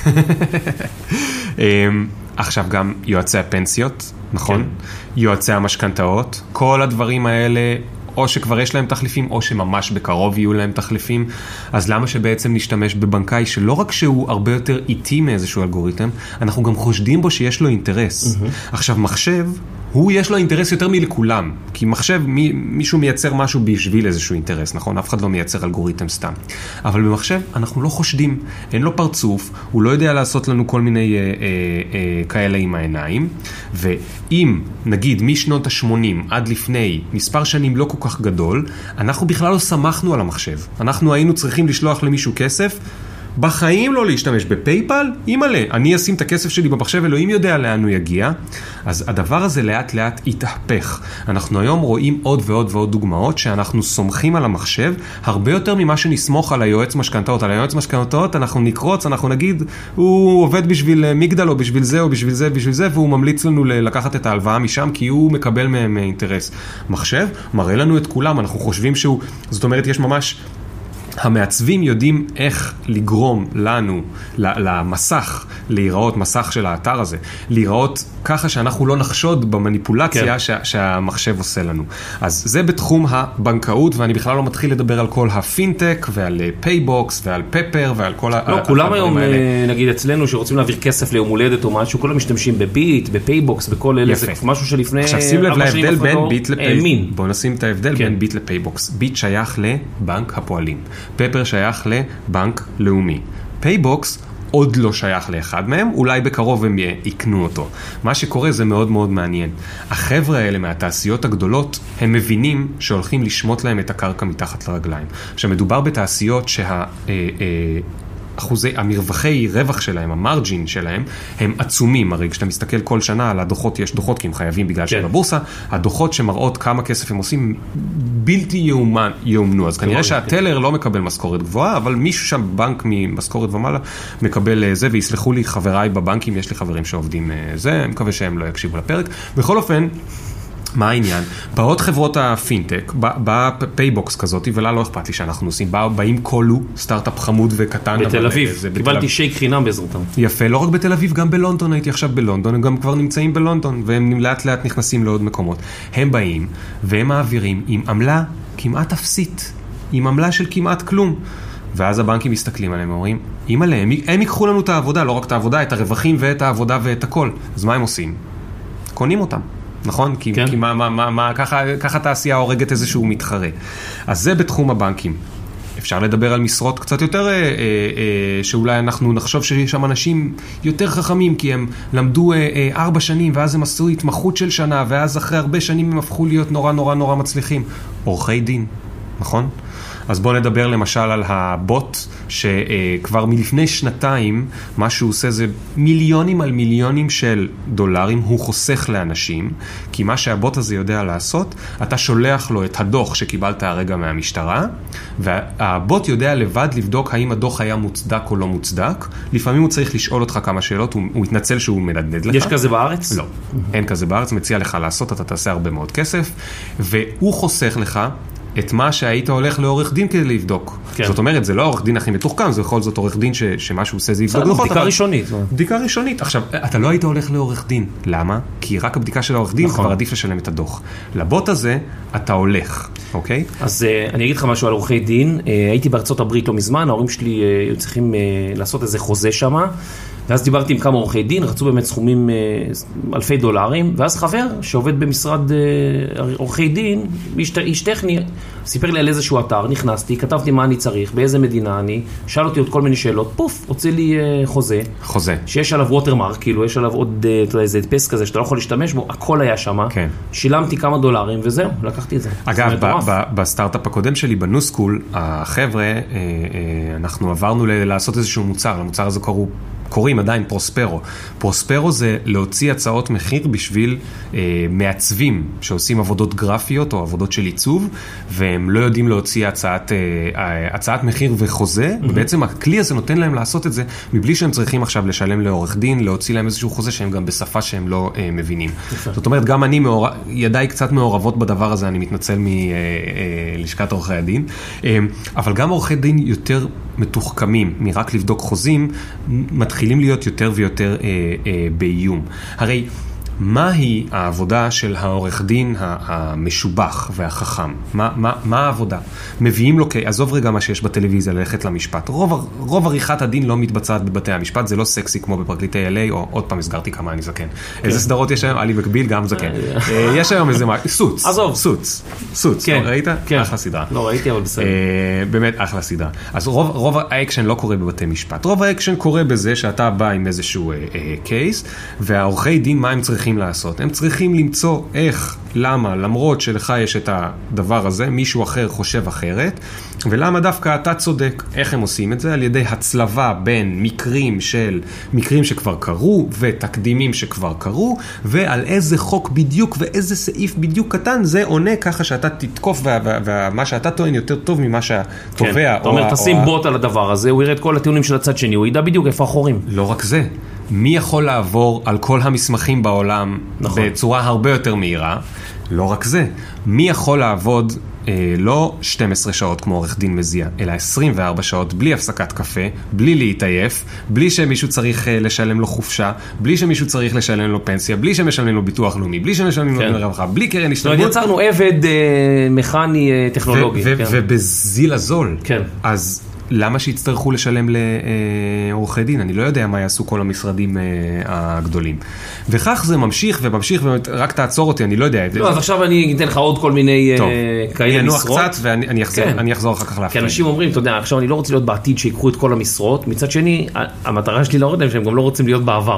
עכשיו גם יועצי הפנסיות, נכון? כן. יועצי המשכנתאות, כל הדברים האלה, או שכבר יש להם תחליפים, או שממש בקרוב יהיו להם תחליפים. אז למה שבעצם נשתמש בבנקאי, שלא רק שהוא הרבה יותר איטי מאיזשהו אלגוריתם, אנחנו גם חושדים בו שיש לו אינטרס. Mm-hmm. עכשיו, מחשב, הוא יש לו אינטרס יותר מלכולם, כי מחשב, מי, מישהו מייצר משהו בשביל איזשהו אינטרס, נכון? אף אחד לא מייצר אלגוריתם סתם. אבל במחשב אנחנו לא חושדים, אין לו פרצוף, הוא לא יודע לעשות לנו כל מיני אה, אה, אה, כאלה עם העיניים, ואם נגיד משנות ה-שמונים עד לפני מספר שנים לא כל כך גדול, אנחנו בכלל לא שמחנו על המחשב. אנחנו היינו צריכים לשלוח למישהו כסף, בחיים לא להשתמש בפייפל, אימאלה, אני אשים את הכסף שלי במחשב, אלוהים יודע לאן הוא יגיע. אז הדבר הזה לאט לאט יתהפך. אנחנו היום רואים עוד ועוד ועוד דוגמאות שאנחנו סומכים על המחשב, הרבה יותר ממה שנסמוך על היועץ משכנתאות. על היועץ משכנתאות אנחנו נקרוץ, אנחנו נגיד, הוא עובד בשביל מגדל או בשביל זה או בשביל זה, בשביל זה, והוא ממליץ לנו לקחת את ההלוואה משם, כי הוא מקבל מהם אינטרס. מחשב מראה לנו את כולם, אנחנו חושבים שהוא, זאת אומרת, יש ממש המעצבים יודעים איך לגרום לנו, למסך, להיראות, מסך של האתר הזה, להיראות ככה שאנחנו לא נחשוד במניפולציה כן. שהמחשב עושה לנו. אז זה בתחום הבנקאות, ואני בכלל לא מתחיל לדבר על כל הפינטק, ועל פייבוקס, ועל פפר, ועל כל לא, ה- כולם היום, האלה. נגיד אצלנו, שרוצים להעביר כסף ליום הולדת או משהו, כולם משתמשים בביט, בפייבוקס, בכל אלה, זה משהו שלפני... עכשיו שים לב להבדל בין ביט לפייבוקס. בואו נשים את ההבדל כן. בין ביט לפייבוקס. ביט שייך לבנק הפועלים. פפר שייך לבנק לאומי. פייבוקס עוד לא שייך לאחד מהם, אולי בקרוב הם יקנו אותו. מה שקורה זה מאוד מאוד מעניין. החבר'ה האלה מהתעשיות הגדולות, הם מבינים שהולכים לשמוט להם את הקרקע מתחת לרגליים. שמדובר בתעשיות שה... אחוזי, המרווחי רווח שלהם, המרג'ין שלהם, הם עצומים. הרי כשאתה מסתכל כל שנה על הדוחות, יש דוחות כי הם חייבים בגלל שהם בבורסה, הדוחות שמראות כמה כסף הם עושים בלתי יאומן, יאומנו. אז כנראה שהטלר לא מקבל משכורת גבוהה, אבל מישהו שם בנק ממשכורת ומעלה מקבל זה, ויסלחו לי חבריי בבנקים, יש לי חברים שעובדים זה, אני מקווה שהם לא יקשיבו לפרק. בכל אופן, מה העניין? באות חברות הפינטק, באה פייבוקס כזאת, ולה לא אכפת לי שאנחנו עושים, באים קולו, סטארט-אפ חמוד וקטן. בתל אביב, קיבלתי שייק חינם בעזרתם. יפה, לא רק בתל אביב, גם בלונדון, הייתי עכשיו בלונדון, הם גם כבר נמצאים בלונדון, והם לאט לאט נכנסים לעוד מקומות. הם באים, והם מעבירים עם עמלה כמעט אפסית, עם עמלה של כמעט כלום. ואז הבנקים מסתכלים עליהם ואומרים, אם עליהם, הם ייקחו לנו את העבודה, לא רק את העבודה, את הרווחים ואת העבודה ואת הכל. אז מה הם עושים? קונים אותם. נכון? כי, כן. כי מה, מה, מה, מה, ככה, ככה תעשייה הורגת איזשהו מתחרה. אז זה בתחום הבנקים. אפשר לדבר על משרות קצת יותר, אה, אה, שאולי אנחנו נחשוב שיש שם אנשים יותר חכמים, כי הם למדו אה, אה, ארבע שנים, ואז הם עשו התמחות של שנה, ואז אחרי הרבה שנים הם הפכו להיות נורא נורא נורא מצליחים. עורכי דין, נכון? אז בואו נדבר למשל על הבוט, שכבר מלפני שנתיים, מה שהוא עושה זה מיליונים על מיליונים של דולרים, הוא חוסך לאנשים, כי מה שהבוט הזה יודע לעשות, אתה שולח לו את הדוח שקיבלת הרגע מהמשטרה, והבוט יודע לבד לבדוק האם הדוח היה מוצדק או לא מוצדק, לפעמים הוא צריך לשאול אותך כמה שאלות, הוא, הוא יתנצל שהוא מדדד לך. יש כזה בארץ? לא, אין כזה בארץ, מציע לך לעשות, אתה תעשה הרבה מאוד כסף, והוא חוסך לך, את מה שהיית הולך לעורך דין כדי לבדוק. כן. זאת אומרת, זה לא העורך דין הכי מתוחכם, זה בכל זאת עורך דין ש, שמה שהוא עושה זה יבדוק דוחות. בדיקה ראשונית. בדיקה ראשונית. עכשיו, אתה לא היית הולך לעורך דין. למה? כי רק הבדיקה של העורך דין נכון. כבר עדיף לשלם את הדוח. לבוט הזה, אתה הולך, אוקיי? אז אני אגיד לך משהו על עורכי דין. הייתי בארצות הברית לא מזמן, ההורים שלי צריכים לעשות איזה חוזה שמה, ואז דיברתי עם כמה עורכי דין, רצו באמת סכומים אלפי דולרים, ואז חבר שעובד במשרד עורכי דין, איש, איש טכני, סיפר לי על איזשהו אתר, נכנסתי, כתבתי מה אני צריך, באיזה מדינה אני, שאל אותי עוד כל מיני שאלות, פוף, הוציא לי חוזה. חוזה. שיש עליו ווטרמרק, כאילו, יש עליו עוד איזה הדפס כזה שאתה לא יכול להשתמש בו, הכל היה שם. כן. שילמתי כמה דולרים וזהו, לקחתי את זה. אגב, ב- ב- בסטארט-אפ הקודם שלי, בנוסקול, החבר'ה, אנחנו עברנו ל- לעשות איזשהו מוצר, למוצר הזה קראו קוראים עדיין פרוספרו. פרוספרו זה להוציא הצעות מחיר בשביל אה, מעצבים שעושים עבודות גרפיות או עבודות של עיצוב, והם לא יודעים להוציא הצעת, אה, הצעת מחיר וחוזה, mm-hmm. ובעצם הכלי הזה נותן להם לעשות את זה, מבלי שהם צריכים עכשיו לשלם לעורך דין, להוציא להם איזשהו חוזה שהם גם בשפה שהם לא אה, מבינים. Okay. זאת אומרת, גם אני, מעור... ידיי קצת מעורבות בדבר הזה, אני מתנצל מלשכת אה, אה, עורכי הדין, אה, אבל גם עורכי דין יותר מתוחכמים, מרק לבדוק חוזים, מתחילים להיות יותר ויותר אה, אה, באיום. הרי מהי העבודה של העורך דין המשובח והחכם? מה, מה, מה העבודה? מביאים לו, עזוב רגע מה שיש בטלוויזיה, ללכת למשפט. רוב, רוב עריכת הדין לא מתבצעת בבתי המשפט, זה לא סקסי כמו בפרקליטי אל איי, או עוד פעם הסגרתי כמה אני זקן. איזה סדרות יש היום? עלי מקביל, גם זקן. יש היום איזה מה, סוץ. עזוב. סוץ. סוץ. ראית? אחלה סדרה. לא ראיתי, אבל בסדר. באמת אחלה סדרה. אז רוב, רוב האקשן לא קורה בבתי משפט. רוב האקשן קורה בזה שאתה בא עם איזשהו קייס, והעורכי דין, מה הם צריכים לעשות? הם צריכים למצוא איך, למה, למרות שלך יש את הדבר הזה, מישהו אחר חושב אחרת, ולמה דווקא אתה צודק. איך הם עושים את זה? על ידי הצלבה בין מקרים של, מקרים שכבר קרו, ותקדימים שכבר קרו, ועל איזה חוק בדיוק ואיזה סעיף בדיוק קטן, זה עונה ככה שאתה תתקוף, ומה שאתה טוען יותר טוב ממה שהתובע. אתה אומר, תשים בוט על הדבר הזה, הוא יראה את כל הטיעונים של הצד שני, הוא ידע בדיוק איפה החורים. לא רק זה. מי יכול לעבור על כל המסמכים בעולם נכון. בצורה הרבה יותר מהירה? לא רק זה. מי יכול לעבוד אה, לא שתים עשרה שעות כמו עורך דין מזיע, אלא עשרים וארבע שעות בלי הפסקת קפה, בלי להתעייף, בלי שמישהו צריך אה, לשלם לו חופשה, בלי שמישהו צריך לשלם לו פנסיה, בלי שמשלם לו ביטוח לאומי, בלי שמשלם כן. לו רווחה, בלי קרן השתלמות. זאת אומרת, יצרנו עבד אה, מכני אה, טכנולוגי. ו- ו- כן. ובזיל הזול. כן. אז למה שיצטרכו לשלם לעורכי דין? אני לא יודע מה יעשו כל המשרדים הגדולים. וכך זה ממשיך וממשיך, ורק תעצור אותי, אני לא יודע. לא, אז עכשיו אני אתן לך עוד כל מיני כאלה משרות. אני אנוח קצת ואני אחזור אחר כך להפריע. כי אנשים אומרים, אתה יודע, עכשיו אני לא רוצה להיות בעתיד שיקחו את כל המשרות, מצד שני, המטרה שלי להוריד להם שהם גם לא רוצים להיות בעבר.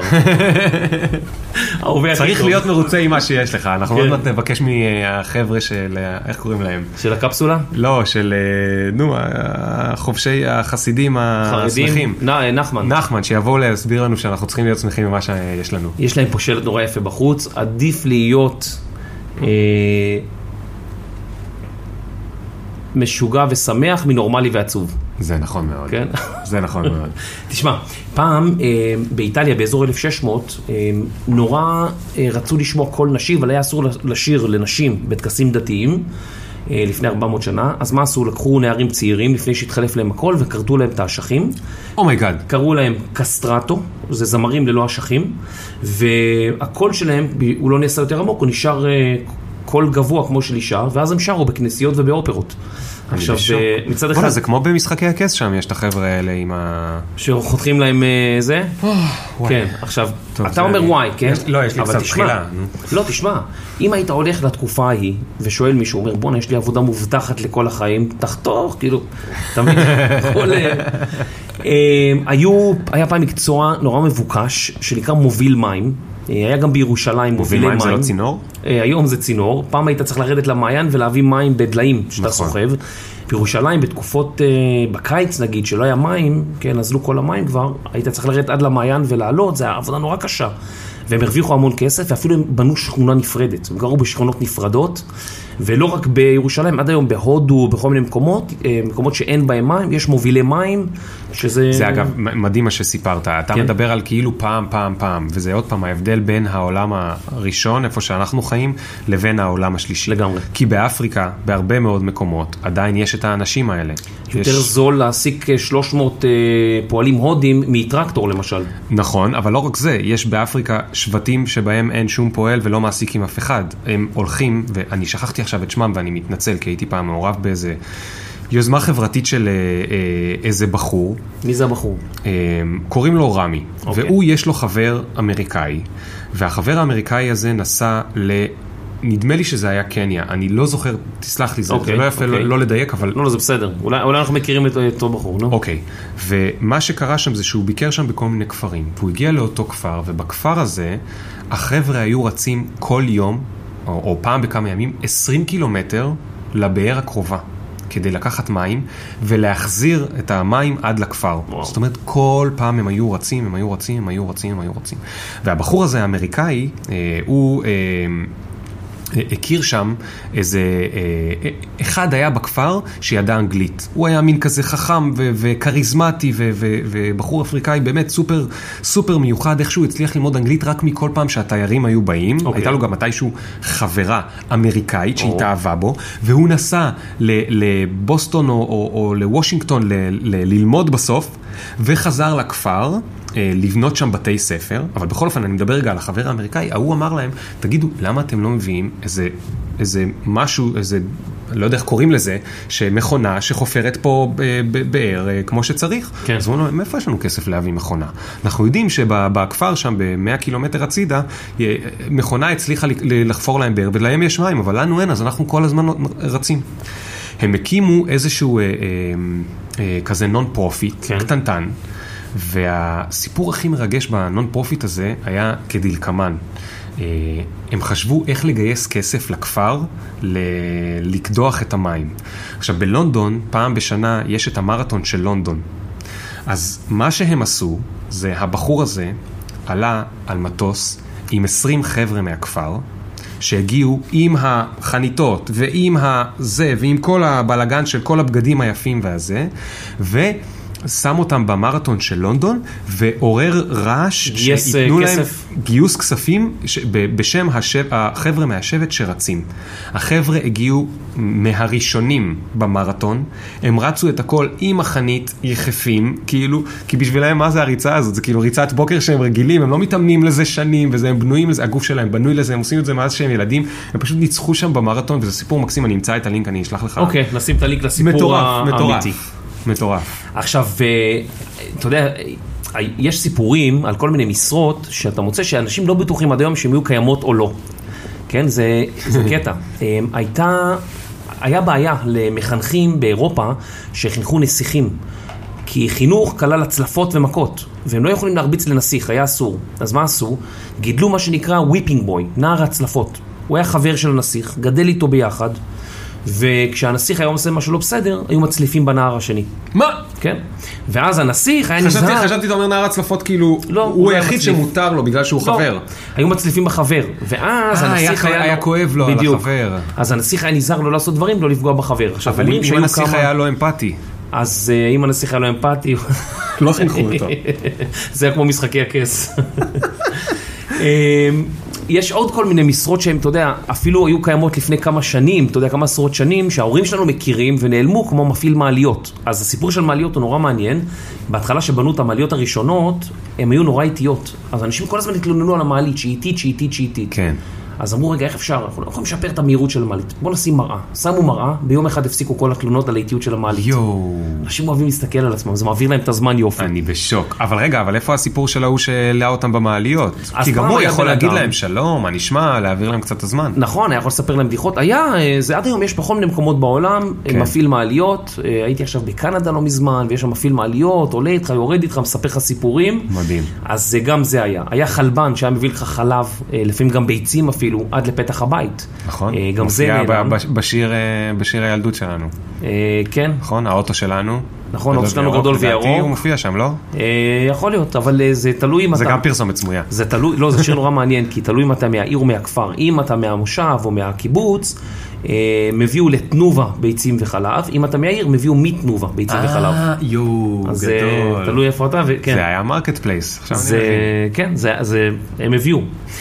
צריך להיות מרוצה עם מה שיש לך. אנחנו עוד מעט נבקש מהחבר'ה של, איך קוראים להם? של הקפסולה? לא, של, נו, החובשי החסידים השמחים. נחמן. נחמן, שיבואו להסביר לנו שאנחנו צריכים להיות שמחים ממה שיש לנו. יש להם פה שלט נורא יפה בחוץ, עדיף להיות אה, משוגע ושמח מנורמלי ועצוב. זה נכון מאוד. כן? זה נכון מאוד. תשמע, פעם אה, באיטליה, באזור אלף ושש מאות, אה, נורא אה, רצו לשמוע קול נשי, אבל היה אסור לשיר לנשים בטקסים דתיים, לפני ארבע מאות שנה, אז מה עשו? לקחו נערים צעירים לפני שהתחלף להם הכל וקרתו להם את האשכים. אומייגאד. Oh קראו להם קסטרטו, זה זמרים ללא אשכים, והקול שלהם, הוא לא נעשה יותר עמוק, הוא נשאר קול גבוה כמו של אישה, ואז הם שרו בכנסיות ובאופרות. עכשיו, מצד אחד... זה כמו במשחקי הכס שם, יש את החבר'ה האלה עם ה... שחותכים להם זה? כן, עכשיו, אתה אומר וואי, כן? לא, יש לי קצת תחילה. לא, תשמע, אם היית הולך לתקופה ההיא, ושואל מישהו, אומר, בוא'נה, יש לי עבודה מובטחת לכל החיים, תחתוך, כאילו, אתה מבין? היה פעם מקצוע נורא מבוקש, שנקרא מוביל מים, היה גם בירושלים מובילי מים. זה לא צינור? היום זה צינור. פעם היית צריך לרדת למעיין ולהביא מים בדליים שאתה סוחב. בירושלים בתקופות, בקיץ נגיד, שלא היה מים, כן, נזלו כל המים כבר, היית צריך לרדת עד למעיין ולעלות, זה היה עבודה נורא קשה. והם הרוויחו המון כסף, ואפילו הם בנו שכונה נפרדת. הם גרו בשכונות נפרדות, ולא רק בירושלים, עד היום בהודו, בכל מיני מקומות, מקומות שאין בהם מים, יש מובילי מים, שזה... זה אגב מדהים מה שסיפרת, אתה כן. מדבר על כאילו פעם, פעם, פעם, וזה עוד פעם ההבדל בין העולם הראשון, איפה שאנחנו חיים, לבין העולם השלישי. לגמרי. כי באפריקה, בהרבה מאוד מקומות, עדיין יש את האנשים האלה. יותר יש... זול להעסיק שלוש מאות uh, פועלים הודים מטרקטור למשל. נכון, אבל לא רק זה, יש באפריקה שבטים שבהם אין שום פועל ולא מעסיקים אף אחד. הם הולכים, ואני שכחתי עכשיו את שמם ואני מתנצל, כי הייתי פעם מעורב באיזה יוזמה חברתית של איזה בחור. מי זה הבחור? קוראים לו רמי, והוא יש לו חבר אמריקאי, והחבר האמריקאי הזה נסע ל... נדמה לי שזה היה קניה, אני לא זוכר, תסלח לי, זה לא יפה לא לדייק, אבל... לא, זה בסדר, אולי אנחנו מכירים את אותו בחור, נו? אוקיי, ומה שקרה שם זה שהוא ביקר שם בכל מיני כפרים, והוא הגיע לאותו כפר, ובכפר הזה החבר'ה היו רצים כל יום, או, או פעם בכמה ימים, עשרים קילומטר לבאר הקרובה, כדי לקחת מים, ולהחזיר את המים עד לכפר. וואו. זאת אומרת, כל פעם הם היו רצים, הם היו רצים, הם היו רצים, הם היו רצים. והבחור הזה, האמריקאי, אה, הוא... אה, הכיר שם איזה, אחד היה בכפר שידע אנגלית. הוא היה מין כזה חכם ו- וקריזמטי ו- ו- ובחור אפריקאי באמת סופר, סופר מיוחד, איכשהו הצליח ללמוד אנגלית רק מכל פעם שהתיירים היו באים. Okay. הייתה לו גם מתישהו חברה אמריקאית שהתאהבה בו, והוא נסע ל- לבוסטון או, או, או לוושינגטון ל- ל- ללמוד בסוף, וחזר לכפר, לבנות שם בתי ספר, אבל בכל אופן אני מדבר רגע על החבר האמריקאי, הוא אמר להם, תגידו, למה אתם לא מביאים איזה, איזה משהו, איזה, לא יודע איך קוראים לזה, שמכונה שחופרת פה באר כמו שצריך. כן. אז הוא אומר, מאיפה יש לנו כסף להביא מכונה? אנחנו יודעים שבכפר שם, ב-מאה קילומטר הצידה, מכונה הצליחה לחפור להם באר, ולהם יש מים, אבל לנו אין, אז אנחנו כל הזמן רצים. הם הקימו איזשהו אה, אה, כזה נון פרופיט, כן. קטנטן, והסיפור הכי מרגש בנון פרופיט הזה היה כדלקמן. הם חשבו איך לגייס כסף לכפר ל- לקדוח את המים. עכשיו, בלונדון, פעם בשנה יש את המרתון של לונדון. אז מה שהם עשו, זה הבחור הזה עלה על מטוס עם עשרים חבר'ה מהכפר, שהגיעו עם החניתות ועם הזה ועם כל הבלגן של כל הבגדים היפים והזה, ו... שם אותם במרתון של לונדון, ועורר רעש שיתנו להם גיוס כספים בשם החבר'ה מהשבט שרצים. החבר'ה הגיעו מהראשונים במרתון, הם רצו את הכל עם החנית יחפים, כאילו, כי בשבילהם מה זה הריצה הזאת? זה כאילו ריצת בוקר שהם רגילים, הם לא מתאמנים לזה שנים, וזה הם בנויים לזה, הגוף שלהם בנוי לזה, הם עושים את זה מאז שהם ילדים, הם פשוט ניצחו שם במרתון, וזה סיפור מקסים, אני אמצא את הלינק, אני אשלח לך. אוקיי, נשים את הלינק לסיפור האמיתי. מטורף. עכשיו, אתה יודע, יש סיפורים על כל מיני משרות שאתה מוצא שאנשים לא בטוחים עד היום שהם יהיו קיימות או לא. כן, זה, זה קטע. הייתה, היה בעיה למחנכים באירופה שחינכו נסיכים. כי חינוך כלל הצלפות ומכות, והם לא יכולים להרביץ לנסיך, היה אסור. אז מה עשו? גידלו מה שנקרא וויפינג בוי, נער הצלפות. הוא היה חבר של הנסיך, גדל איתו ביחד, וכשהנסיך היה עושה משהו לא בסדר, היו מצליפים בנער השני. מה? כן. ואז הנסיך היה נזהר... חשבתי, חשבתי, אתה אומר נער הצלפות, כאילו, לא, הוא היחיד שמותר לו בגלל שהוא לא. חבר. היו מצליפים בחבר, ואז הנסיך היה... היה כואב לו על החבר. אז הנסיך היה נזהר לא לעשות דברים, לא לפגוע בחבר. אבל אם הנסיך היה לא אמפתי. אז אם הנסיך היה לא אמפתי... לא חינכו אותו. זה היה כמו משחקי הכס. יש עוד כל מיני משרות שהן, אתה יודע, אפילו היו קיימות לפני כמה שנים, אתה יודע, כמה עשרות שנים, שההורים שלנו מכירים ונעלמו כמו מפעיל מעליות. אז הסיפור של מעליות הוא נורא מעניין. בהתחלה שבנו את המעליות הראשונות, הן היו נורא איטיות. אז אנשים כל הזמן התלוננו על המעלית, שהיא איטית, שהיא איטית, שהיא איטית. כן. אז אמרו, רגע, איך אפשר? אנחנו לא יכולים לשפר את המהירות של המעלית. בוא נשים מראה. שמו מראה, ביום אחד הפסיקו כל התלונות על האיטיות של המעלית. יואו. אנשים אוהבים להסתכל על עצמם, זה מעביר להם את הזמן יופי. אני בשוק. אבל רגע, אבל איפה הסיפור של ההוא שלאה אותם במעליות? כי גם הוא יכול להגיד להם שלום, מה נשמע, להעביר להם קצת הזמן. נכון, היה יכול לספר להם בדיחות. היה, זה עד היום יש בכל מיני מקומות בעולם, מפעיל מעליות. הייתי עכשיו בקנדה לא מזמן, ויש שם מפעיל מעליות, עולה איתך, יורד איתך, מספר לך סיפורים. מדהים. אז גם זה היה. היה חלבן שהיה מביא לך חלב, לפעמים גם ביצים אפילו, עד לפתח הבית. נכון. גם זה נעלם. בשיר, בשיר הילדות שלנו. כן. נכון, האוטו שלנו. נכון, האוטו שלנו גדול וירוק. לדעתי הוא מופיע שם, לא? יכול להיות, אבל זה תלוי אם אתה... זה גם פרסומת סמויה. זה תלוי, לא, זה שיר נורא מעניין, כי תלוי אם אתה מהעיר או מהכפר. אם אתה מהמושב או מהקיבוץ, מביאו לתנובה ביצים וחלב. אם אתה מהעיר, מביאו מתנובה ביצים וחלב. אה, יואו, אז גדול. תלוי איפה אתה, וכן. זה היה מרקט פלייס. זה, כן, זה, זה, הם הביאו.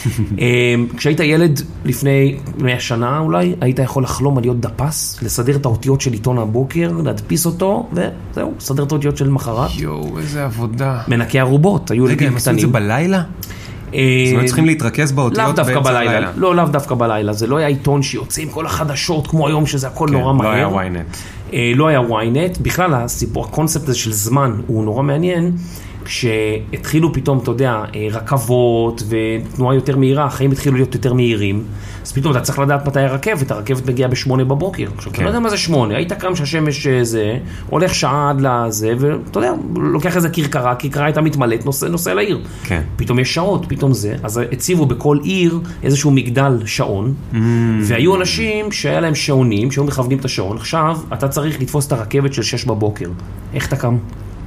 כשהיית ילד לפני מאה שנה אולי, היית יכול לחלום על להיות דפס, לסדר את האותיות של עיתון הבוקר, להדפיס אותו, וזהו, לסדר את האותיות של מחרת. יואו, איזה עבודה. מנקי ערובות, היו רגע, הם עשו את זה בלילה? זאת אומרת, צריכים להתרכז באותיות באמצע הלילה. לא, לאו דווקא בלילה. זה לא היה עיתון שיוצא עם כל החדשות, כמו היום שזה הכל נורא מהר. לא היה וויינט. לא היה וויינט. בכלל, הסיפור, הקונספט הזה של זמן הוא נורא מעניין. כשהתחילו פתאום, אתה יודע, רכבות ותנועה יותר מהירה, החיים התחילו להיות יותר מהירים, אז פתאום אתה צריך לדעת מתי הרכבת, הרכבת מגיעה בשמונה בבוקר. עכשיו, אתה לא יודע מה זה שמונה, היית קם שהשמש זה, הולך שעה עד לזה, ואתה יודע, לוקח איזה כרכרה, כרכרה הייתה מתמלאת, נוסע, נוסע לעיר. כן. פתאום יש שעות, פתאום זה, אז הציבו בכל עיר איזשהו מגדל שעון, והיו אנשים שהיה להם שעונים, שהיו מכוונים את השעון, עכשיו אתה צריך לתפוס את הרכבת של שש בבוקר. איך אתה קם?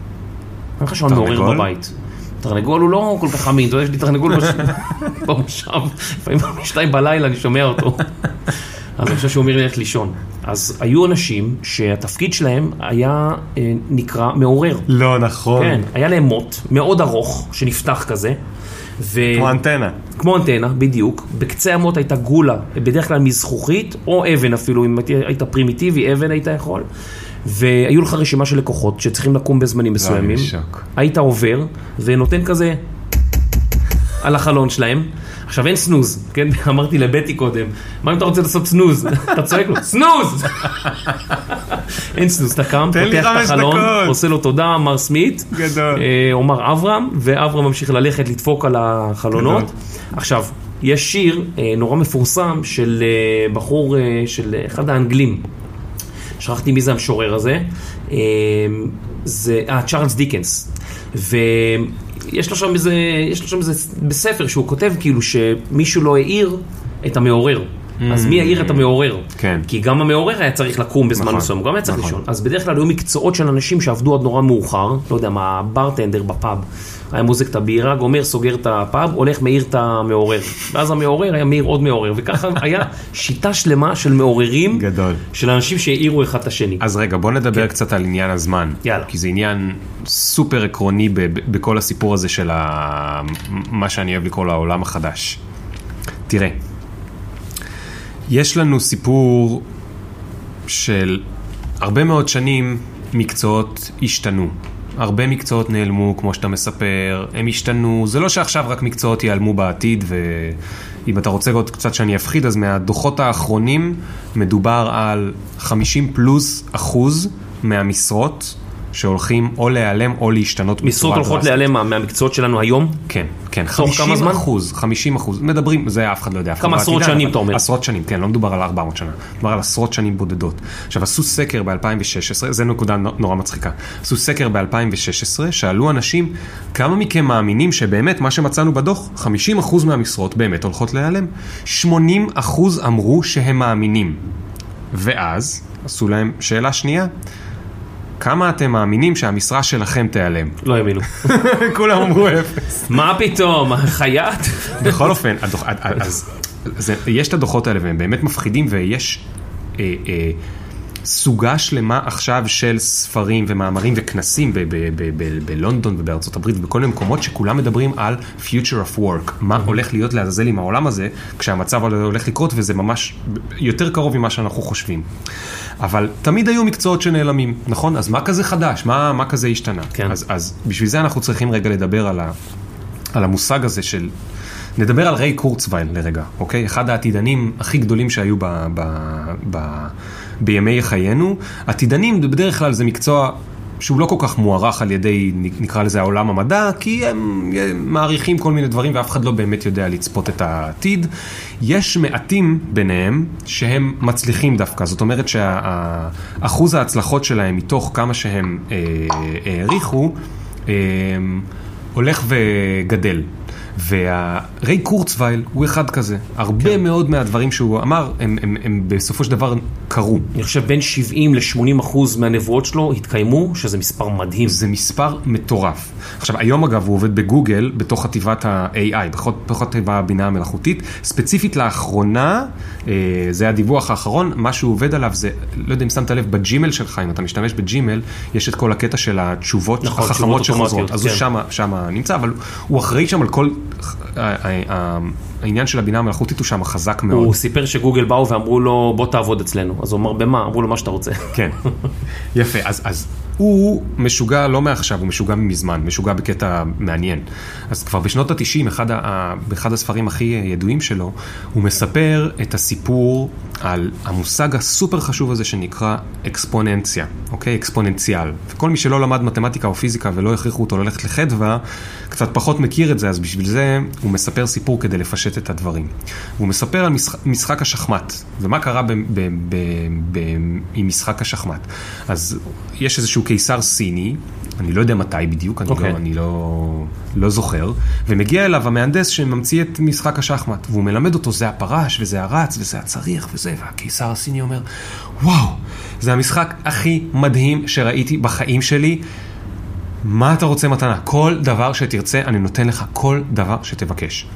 אני חושב שאני מעורר בבית. תרנגול הוא לא כל כך אמין, אתה יודע, יש לי תרנגול במושב, לפעמים בשתיים בלילה אני שומע אותו. אז אני חושב שהוא אומר לי איך לישון. אז היו אנשים שהתפקיד שלהם היה נקרא מעורר. לא נכון. כן, היה להם מוט מאוד ארוך, שנפתח כזה. כמו אנטנה. כמו אנטנה, בדיוק. בקצה המוט הייתה גולה, בדרך כלל מזכוכית, או אבן אפילו, אם היית פרימיטיבי, אבן היית יכול. והיו לך רשימה של לקוחות שצריכים לקום בזמנים מסוימים. היית עובר ונותן כזה על החלון שלהם. עכשיו אין סנוז, כן? אמרתי לבטי קודם, מה אם אתה רוצה לעשות סנוז? אתה צועק לו, סנוז! אין סנוז, אתה קם, פותח את החלון, עושה לו תודה, מר סמית, או מר אברהם, ואברהם ממשיך ללכת לדפוק על החלונות. עכשיו, יש שיר נורא מפורסם של בחור, של אחד האנגלים, שכחתי מי זה המשורר הזה, זה, אה, צ'ארלס דיקנס, ויש לו שם איזה, יש לו שם איזה בספר שהוא כותב כאילו שמישהו לא העיר את המעורר, אז מי העיר את המעורר? כן. כי גם המעורר היה צריך לקום בזמן מסוים, הוא גם היה צריך לישון, אז בדרך כלל היו מקצועות של אנשים שעבדו עד נורא מאוחר, לא יודע מה, ברטנדר בפאב, היה מוזיק את הבירה, גומר, סוגר את הפאב, הולך מאיר את המעורר. ואז המעורר היה מאיר עוד מעורר, וככה היה שיטה שלמה של מעוררים, גדול. של אנשים שהעירו אחד את השני. אז רגע, בוא נדבר כן. קצת על עניין הזמן. יאללה. כי זה עניין סופר עקרוני ב- ב- בכל הסיפור הזה של ה- מה שאני אוהב לקרוא לעולם החדש. תראה, יש לנו סיפור של הרבה מאוד שנים מקצועות השתנו. הרבה מקצועות נעלמו, כמו שאתה מספר, הם השתנו, זה לא שעכשיו רק מקצועות ייעלמו בעתיד, ואם אתה רוצה עוד קצת שאני אפחיד, אז מהדוחות האחרונים מדובר על חמישים פלוס אחוז מהמשרות שהולכים או להיעלם או להשתנות. משרות הולכות להיעלם מהמקצועות שלנו היום? כן, כן, חמישים אחוז, חמישים אחוז, מדברים, זה אף אחד לא יודע. כמה עשרות שנים אתה אומר? עשרות שנים, כן, לא מדובר על ארבע מאות שנה, מדובר על עשרות שנים בודדות. עכשיו, עשו סקר ב-אלפיים ושש עשרה, זה נקודה נורא מצחיקה, עשו סקר ב-אלפיים ושש עשרה, שאלו אנשים, כמה מכם מאמינים שבאמת מה שמצאנו בדוח, חמישים אחוז מהמשרות באמת הולכות להיעלם? שמונים אחוז אמרו שהם מאמינים. ואז, עשו להם שאלה שנייה, כמה אתם מאמינים שהמשרה שלכם תיעלם? לא האמינו. כולם אמרו אפס. מה פתאום? חיית? בכל אופן, אז יש את הדוחות האלה והם באמת מפחידים, ויש סוגה שלמה עכשיו של ספרים ומאמרים וכנסים בלונדון ובארצות הברית ובכל מיני מקומות שכולם מדברים על future of work, מה הולך להיות לעזאזל עם העולם הזה כשהמצב הולך לקרות, וזה ממש יותר קרוב ממה שאנחנו חושבים. אבל תמיד היו מקצועות שנעלמים, נכון? אז מה כזה חדש? מה, מה כזה השתנה? כן. אז, אז בשביל זה אנחנו צריכים רגע לדבר על, ה, על המושג הזה של נדבר על ריי קורצווייל לרגע, אוקיי? אחד העתידנים הכי גדולים שהיו ב, ב, ב, בימי חיינו. עתידנים בדרך כלל זה מקצוע שהוא לא כל כך מוערך על ידי, נקרא לזה העולם המדע, כי הם מעריכים כל מיני דברים ואף אחד לא באמת יודע לצפות את העתיד. יש מעטים ביניהם שהם מצליחים דווקא, זאת אומרת שהאחוז ההצלחות שלהם מתוך כמה שהם העריכו, הולך וגדל. והרי קורצווייל הוא אחד כזה. הרבה כן. מאוד מהדברים שהוא אמר, הם, הם, הם בסופו של דבר קרו. אני חושב בין שבעים ל-שמונים אחוז מהנבואות שלו התקיימו, שזה מספר מדהים. זה מספר מטורף. עכשיו, היום אגב הוא עובד בגוגל, בתוך חטיבת ה-איי איי, בתוך חטיבת הבינה המלאכותית. ספציפית לאחרונה, אה, זה הדיווח האחרון, מה שהוא עובד עליו זה, לא יודע אם שמת לב, בג'ימל שלך, אם אתה משתמש בג'ימל, יש את כל הקטע של התשובות נכון, החכמות שחוזרות. אז כן. הוא שמה, שמה נמצא, אבל הוא אחראי שם על כל העניין של הבינה המלאכותית הוא שם חזק מאוד. הוא סיפר שגוגל באו ואמרו לו בוא תעבוד אצלנו. אז הוא אמר במה? אמרו לו מה שאתה רוצה. כן. יפה. אז, אז הוא משוגע לא מעכשיו, הוא משוגע מזמן, משוגע בקטע מעניין. אז כבר בשנות ה-תשעים, אחד, ה, באחד הספרים הכי ידועים שלו, הוא מספר את הסיפור על המושג הסופר חשוב הזה שנקרא אקספוננציה, אוקיי? אקספוננציאל. וכל מי שלא למד מתמטיקה או פיזיקה ולא הכריחו אותו ללכת לחדווה, קצת פחות מכיר את זה, אז בשביל זה הוא מספר סיפור כדי לפשט את הדברים. הוא מספר על משחק, משחק השחמט, ומה קרה ב, ב, ב, ב, עם משחק השחמט. אז יש איזשהו קיסר סיני, אני לא יודע מתי בדיוק, אני, okay. לא, אני לא, לא זוכר, ומגיע אליו המהנדס שממציא את משחק השחמט, והוא מלמד אותו, זה הפרש, וזה הרץ, וזה הצריך, וזה, והקיסר הסיני אומר, וואו, זה המשחק הכי מדהים שראיתי בחיים שלי, מה אתה רוצה מתנה? כל דבר שתרצה, אני נותן לך כל דבר שתבקש.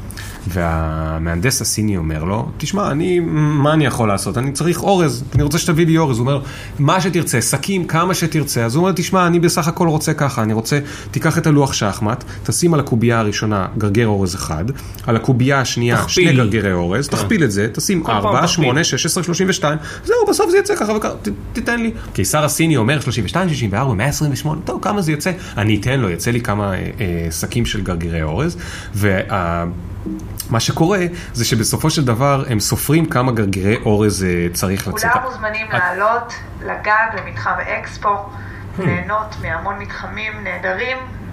והמהנדס הסיני אומר לו, תשמע, אני, מה אני יכול לעשות? אני צריך אורז, אני רוצה שתביא לי אורז. הוא אומר, מה שתרצה, סכים, כמה שתרצה. אז הוא אומר, תשמע, אני בסך הכל רוצה ככה, אני רוצה, תיקח את הלוח שחמט, תשים על הקובייה הראשונה גרגר אורז אחד, על הקובייה השנייה תכפיל. שני גרגרי אורז, תכפיל את זה, תשים ארבע, שמונה, שש עשרה, שלושים ושתיים, זהו, בסוף זה יצא ככה וככה, ת, תתן לי. קיסר הסיני אומר, שלושים ושתיים, שישים וארבע, מאה עשרים ושמונה, טוב, כמה זה יצא? אני אתן לו, יצא לי כמה אה, אה, סכים של גרגרי אורז, וה... מה שקורה זה שבסופו של דבר הם סופרים כמה גרגירי אורז צריך לצאת. כולם מוזמנים לעלות לגג למתחם אקספו, ליהנות מהמון מתחמים נהדרים,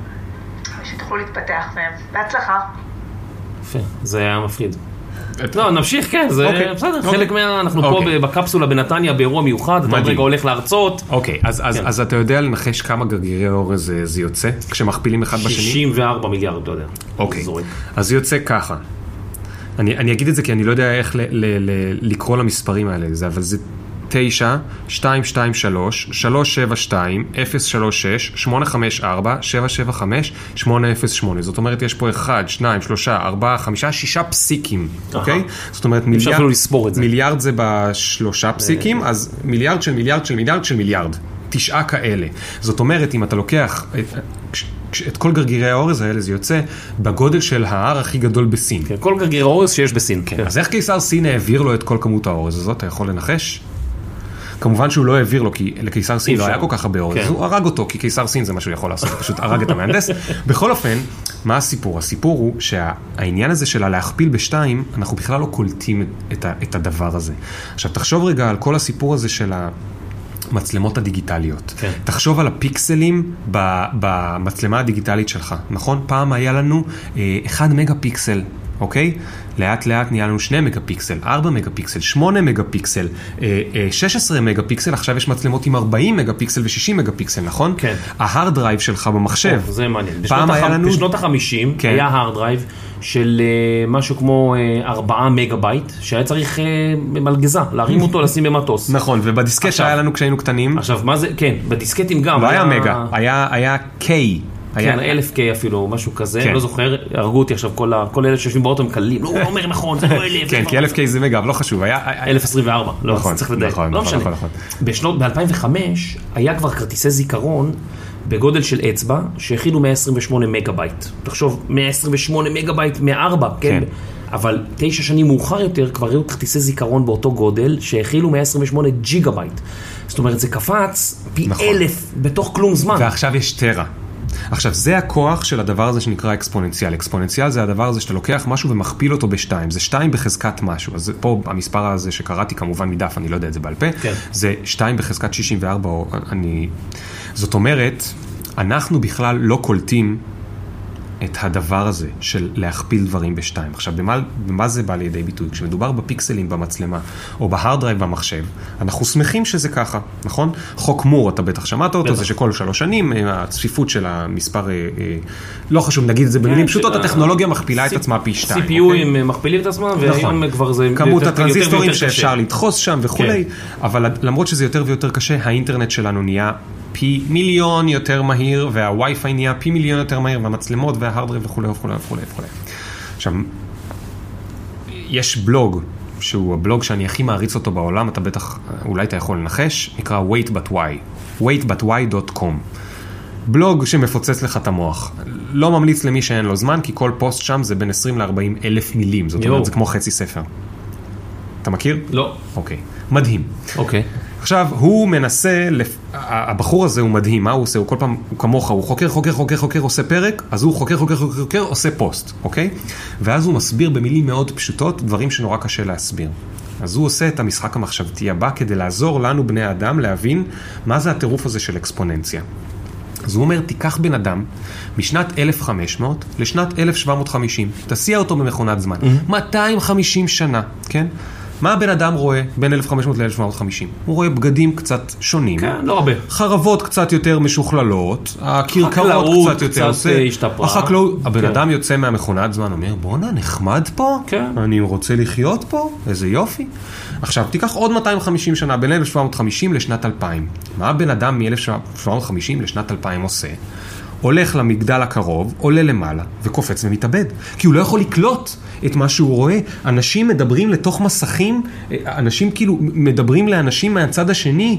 ושתוכלו להתפתח מהם. בהצלחה. יפה, זה היה מפחיד. לא, נמשיך, כן, זה בסדר, חלק מה... אנחנו פה בקפסולה בנתניה באירוע מיוחד, אתה רגע הולך לארצות. אוקיי, אז אתה יודע לנחש כמה גרגירי אורז זה יוצא, כשמכפילים אחד בשני? שישים וארבעה מיליארד, אתה יודע. אוקיי, אז זה יוצא ככה. אני אגיד את זה כי אני לא יודע איך לקרוא למספרים האלה, אבל זה תשע, שתיים שתיים שלוש, שלוש שבע שתיים, אפס שלוש שש, שמונה חמש ארבע, שבע שבע חמש, שמונה אפס שמונה. זאת אומרת, יש פה אחד, שניים, שלושה, ארבעה, חמישה, שישה פסיקים, אוקיי? זאת אומרת, מיליארד זה בשלושה פסיקים, אז מיליארד של מיליארד של מיליארד של מיליארד. תשעה כאלה. זאת אומרת, אם אתה לוקח את כל גרגירי האורז האלה, זה יוצא בגודל של ההר הכי גדול בסין. כל גרגירי האורז שיש בסין. אז איך קיסר סין העביר לו את כל כמות האורז הזאת? אתה יכול לנחש? כמובן שהוא לא העביר לו, כי לקיסר סין לא היה כל כך הרבה אורז. הוא הרג אותו, כי קיסר סין זה מה שהוא יכול לעשות. הוא פשוט הרג את המהנדס. בכל אופן, מה הסיפור? הסיפור הוא שהעניין הזה שלה להכפיל בשתיים, אנחנו בכלל לא קולטים את הדבר הזה. עכשיו, תחשוב רגע על כל הסיפור הזה של ה... מצלמות הדיגיטליות. כן. תחשוב על הפיקסלים במצלמה הדיגיטלית שלך, נכון? פעם היה לנו אה, אחד מגה פיקסל, אוקיי? לאט לאט נהיה לנו שני מגה פיקסל, ארבע מגה פיקסל, שמונה מגה פיקסל, אה, אה, שש עשרה מגה פיקסל, עכשיו יש מצלמות עם ארבעים מגה פיקסל ו-שישים מגה פיקסל, נכון? כן. ההארד דרייב שלך במחשב. או, זה מעניין. פעם היה לנו... בשנות ה-חמישים כן. היה ההארד דרייב של uh, משהו כמו uh, ארבעה מגה בייט, שהיה צריך uh, מלגזה, להרים אותו, לשים במטוס. נכון, ובדיסקט שהיה לנו כשהיינו קטנים. עכשיו, מה זה? כן, בדיסקטים גם. לא היה מגה, היה, היה K. כן, אלף קיי אפילו, משהו כזה, לא זוכר, הרגו אותי עכשיו, כל אלה שיושבים באוטו מקללים, לא, הוא אומר נכון, זה לא אלף. כן, כי אלף קיי זה מגה, אבל לא חשוב, היה... אלף עשרים וארבע, לא, צריך לדעת, לא משנה. בשנות, ב-אלפיים וחמש, היה כבר כרטיסי זיכרון, בגודל של אצבע, שהכילו מאה עשרים ושמונה מגה בייט. תחשוב, מאה עשרים ושמונה מגה בייט מארבע, כן? אבל תשע שנים מאוחר יותר, כבר היו כרטיסי זיכרון באותו גודל, שהכילו מאה עשרים ושמונה ג'יגה בייט. זאת אומרת, זה קפץ פי אלף בתוך כלום זמן. ועכשיו יש טרה. עכשיו, זה הכוח של הדבר הזה שנקרא אקספוננציאל. אקספוננציאל זה הדבר הזה שאתה לוקח משהו ומכפיל אותו בשתיים. זה שתיים בחזקת משהו. אז פה המספר הזה שקראתי כמובן מדף, אני לא יודע את זה בעל פה, כן. זה שתיים בחזקת שישים וארבע, או אני... זאת אומרת, אנחנו בכלל לא קולטים את הדבר הזה של להכפיל דברים בשתיים. עכשיו, במה, במה זה בא לידי ביטוי? כשמדובר בפיקסלים במצלמה, או בהארד דרייב במחשב, אנחנו שמחים שזה ככה, נכון? חוק מור, אתה בטח שמעת אותו, זה שכל שלוש שנים, הצפיפות של המספר, לא חשוב, נגיד את זה במילים פשוטות, הטכנולוגיה מכפילה את עצמה פי שתיים. סי פי יו מכפילים את עצמם, והיום כבר זה... כמות הטרנזיסטורים שאפשר לדחוס שם וכולי, אבל למרות שזה יותר ויותר קשה, האינטרנט שלנו נהיה פי מיליון יותר מהיר, והווי-פיי נהיה פי מיליון יותר מהיר, והמצלמות וההארדרייב וכו' וכו' וכו' וכו'. עכשיו, יש בלוג, שהוא הבלוג שאני הכי מעריץ אותו בעולם, אתה בטח, אולי אתה יכול לנחש, נקרא wait but why, wait but why דוט קום. בלוג שמפוצץ לך את המוח. לא ממליץ למי שאין לו זמן, כי כל פוסט שם זה בין עשרים לארבעים אלף מילים, זאת אומרת, זה כמו חצי ספר. אתה מכיר? לא. אוקיי. מדהים. אוקיי. עכשיו, הוא מנסה, הבחור הזה הוא מדהים, מה הוא עושה? הוא כל פעם, הוא כמוך, הוא חוקר, חוקר, חוקר, חוקר, עושה פרק, אז הוא חוקר, חוקר, חוקר, חוקר, עושה פוסט, אוקיי? ואז הוא מסביר במילים מאוד פשוטות, דברים שנורא קשה להסביר. אז הוא עושה את המשחק המחשבתי הבא, כדי לעזור לנו, בני האדם, להבין מה זה הטירוף הזה של אקספוננציה. אז הוא אומר, תיקח בן אדם משנת אלף וחמש מאות לשנת אלף שבע מאות וחמישים, תסיע אותו במכונת זמן, מאתיים וחמישים שנה, כן? מה הבן אדם רואה בין אלף וחמש מאות ל-אלף שבע מאות וחמישים? הוא רואה בגדים קצת שונים. כן, לא הרבה. חרבות קצת יותר משוכללות, הכרכרות קצת יותר עושה. החקלאות, הבן אדם יוצא מהמכונת זמן, אומר, בוא'נה, נחמד פה? כן. אני רוצה לחיות פה? איזה יופי. עכשיו, תיקח עוד מאתיים וחמישים שנה, בין אלף שבע מאות וחמישים לשנת אלפיים. מה הבן אדם מ-אלף שבע מאות וחמישים לשנת אלפיים עושה? הולך למגדל הקרוב, עולה למעלה, וקופץ ומתאבד. כי הוא לא יכול לקלוט את מה שהוא רואה. אנשים מדברים לתוך מסכים, אנשים כאילו מדברים לאנשים מהצד השני,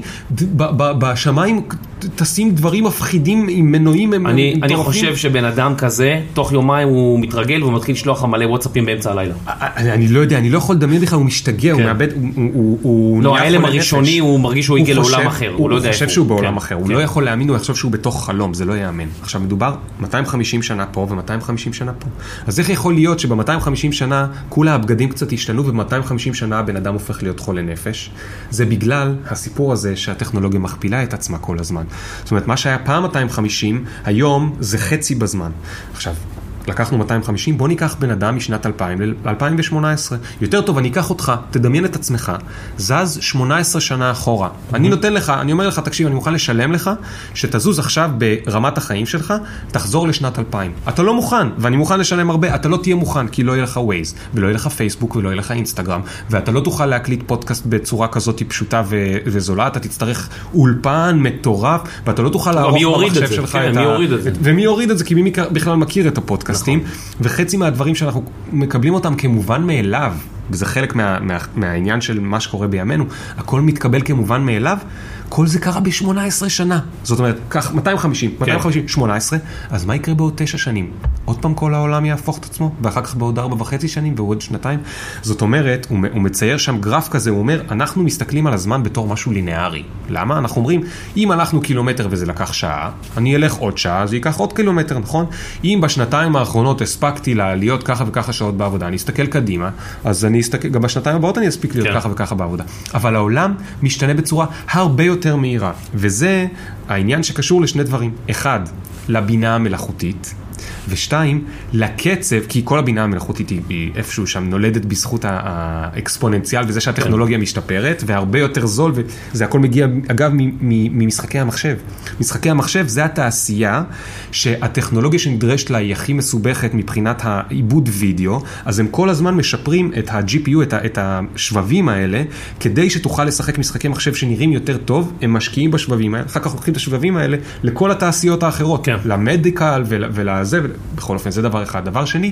בשמיים תשים דברים מפחידים עם מנועים. אני, אני חושב שבן אדם כזה, תוך יומיים הוא מתרגל, והוא מתחיל לשלוח מלא וואטסאפים באמצע הלילה. אני, אני לא יודע, אני לא יכול לדמיין בכלל, הוא משתגע, הוא מאבד, הוא, הוא לא, האלם הראשוני, הוא מרגיש שהוא הגיע לעולם אחר, הוא לא יודע. הוא חושב שהוא בעולם אחר, הוא לא יכול להאמין, הוא יחשוב שהוא בתוך חלום, זה לא יאמן. עכשיו מדובר מאתיים וחמישים שנה פה ו-מאתיים וחמישים שנה פה. אז איך יכול להיות שב-מאתיים וחמישים שנה כולה הבגדים קצת השתנו וב-מאתיים וחמישים שנה הבן אדם הופך להיות חולה נפש? זה בגלל הסיפור הזה שהטכנולוגיה מכפילה את עצמה כל הזמן. זאת אומרת, מה שהיה פעם מאתיים וחמישים, היום זה חצי בזמן. עכשיו, לקחנו מאתיים וחמישים, בוא ניקח בן אדם משנת אלפיים ל-אלפיים ושמונה עשרה. יותר טוב, אני אקח אותך, תדמיין את עצמך, זז שמונה עשרה שנה אחורה. אני נותן לך, אני אומר לך, תקשיב, אני מוכן לשלם לך, שתזוז עכשיו ברמת החיים שלך, תחזור לשנת אלפיים. אתה לא מוכן, ואני מוכן לשלם הרבה, אתה לא תהיה מוכן, כי לא יהיה לך ווייז, ולא יהיה לך פייסבוק, ולא יהיה לך אינסטגרם, ואתה לא תוכל להקליט פודקאסט בצורה כזאת פשוטה ו- וזולה, אתה תצטרך אולפן מטורף, ואתה לא תוכל לערוך במחשב שלך את ה... ומי יוריד את זה? כי מי בכלל מכיר את הפודקאסט? וחצי מהדברים שאנחנו מקבלים אותם כמובן מאליו, וזה חלק מה, מה, מהעניין של מה שקורה בימינו, הכל מתקבל כמובן מאליו, כל זה קרה ב-שמונה עשרה שנה. זאת אומרת, כך, מאתיים וחמישים, מאתיים וחמישים, שמונה עשרה, אז מה יקרה בעוד תשע שנים? עוד פעם כל העולם יהפוך את עצמו, ואחר כך בעוד ארבע וחצי שנים, ועוד שנתיים. זאת אומרת, הוא, הוא מצייר שם גרף כזה, הוא אומר, אנחנו מסתכלים על הזמן בתור משהו לינארי. למה? אנחנו אומרים, אם הלכנו קילומטר וזה לקח שעה, אני אלך עוד שעה, זה ייקח עוד קילומטר, נכון? אם בשנתיים האחרונות הספקתי לה להיות ככה וככה שעות בעבודה, אני אסתכל קדימה, אז אני אסתכל, גם בשנתיים הבאות אני אספיק להיות ככה וככה בעבודה. אבל העולם משתנה בצורה הרבה יותר מהירה, וזה העניין שקשור לשני דברים. אחד, לבינה המלאכותית, ושתיים, לקצב, כי כל הבינה המלאכותית היא, היא איפשהו שם נולדת בזכות האקספוננציאל, וזה שהטכנולוגיה משתפרת, והרבה יותר זול, וזה הכל מגיע, אגב, ממשחקי המחשב. משחקי המחשב זה התעשייה, שהטכנולוגיה שנדרשת לה היא הכי מסובכת מבחינת העיבוד וידאו, אז הם כל הזמן משפרים את ה-ג'י פי יו, את, את השבבים האלה, כדי שתוכל לשחק משחקי מחשב שנראים יותר טוב, הם משקיעים בשבבים האלה, אחר כך לוקחים את השבבים האלה לכל התעשיות האחרות, כן. למדיקל ולזה, בכל אופן, זה דבר אחד. דבר שני,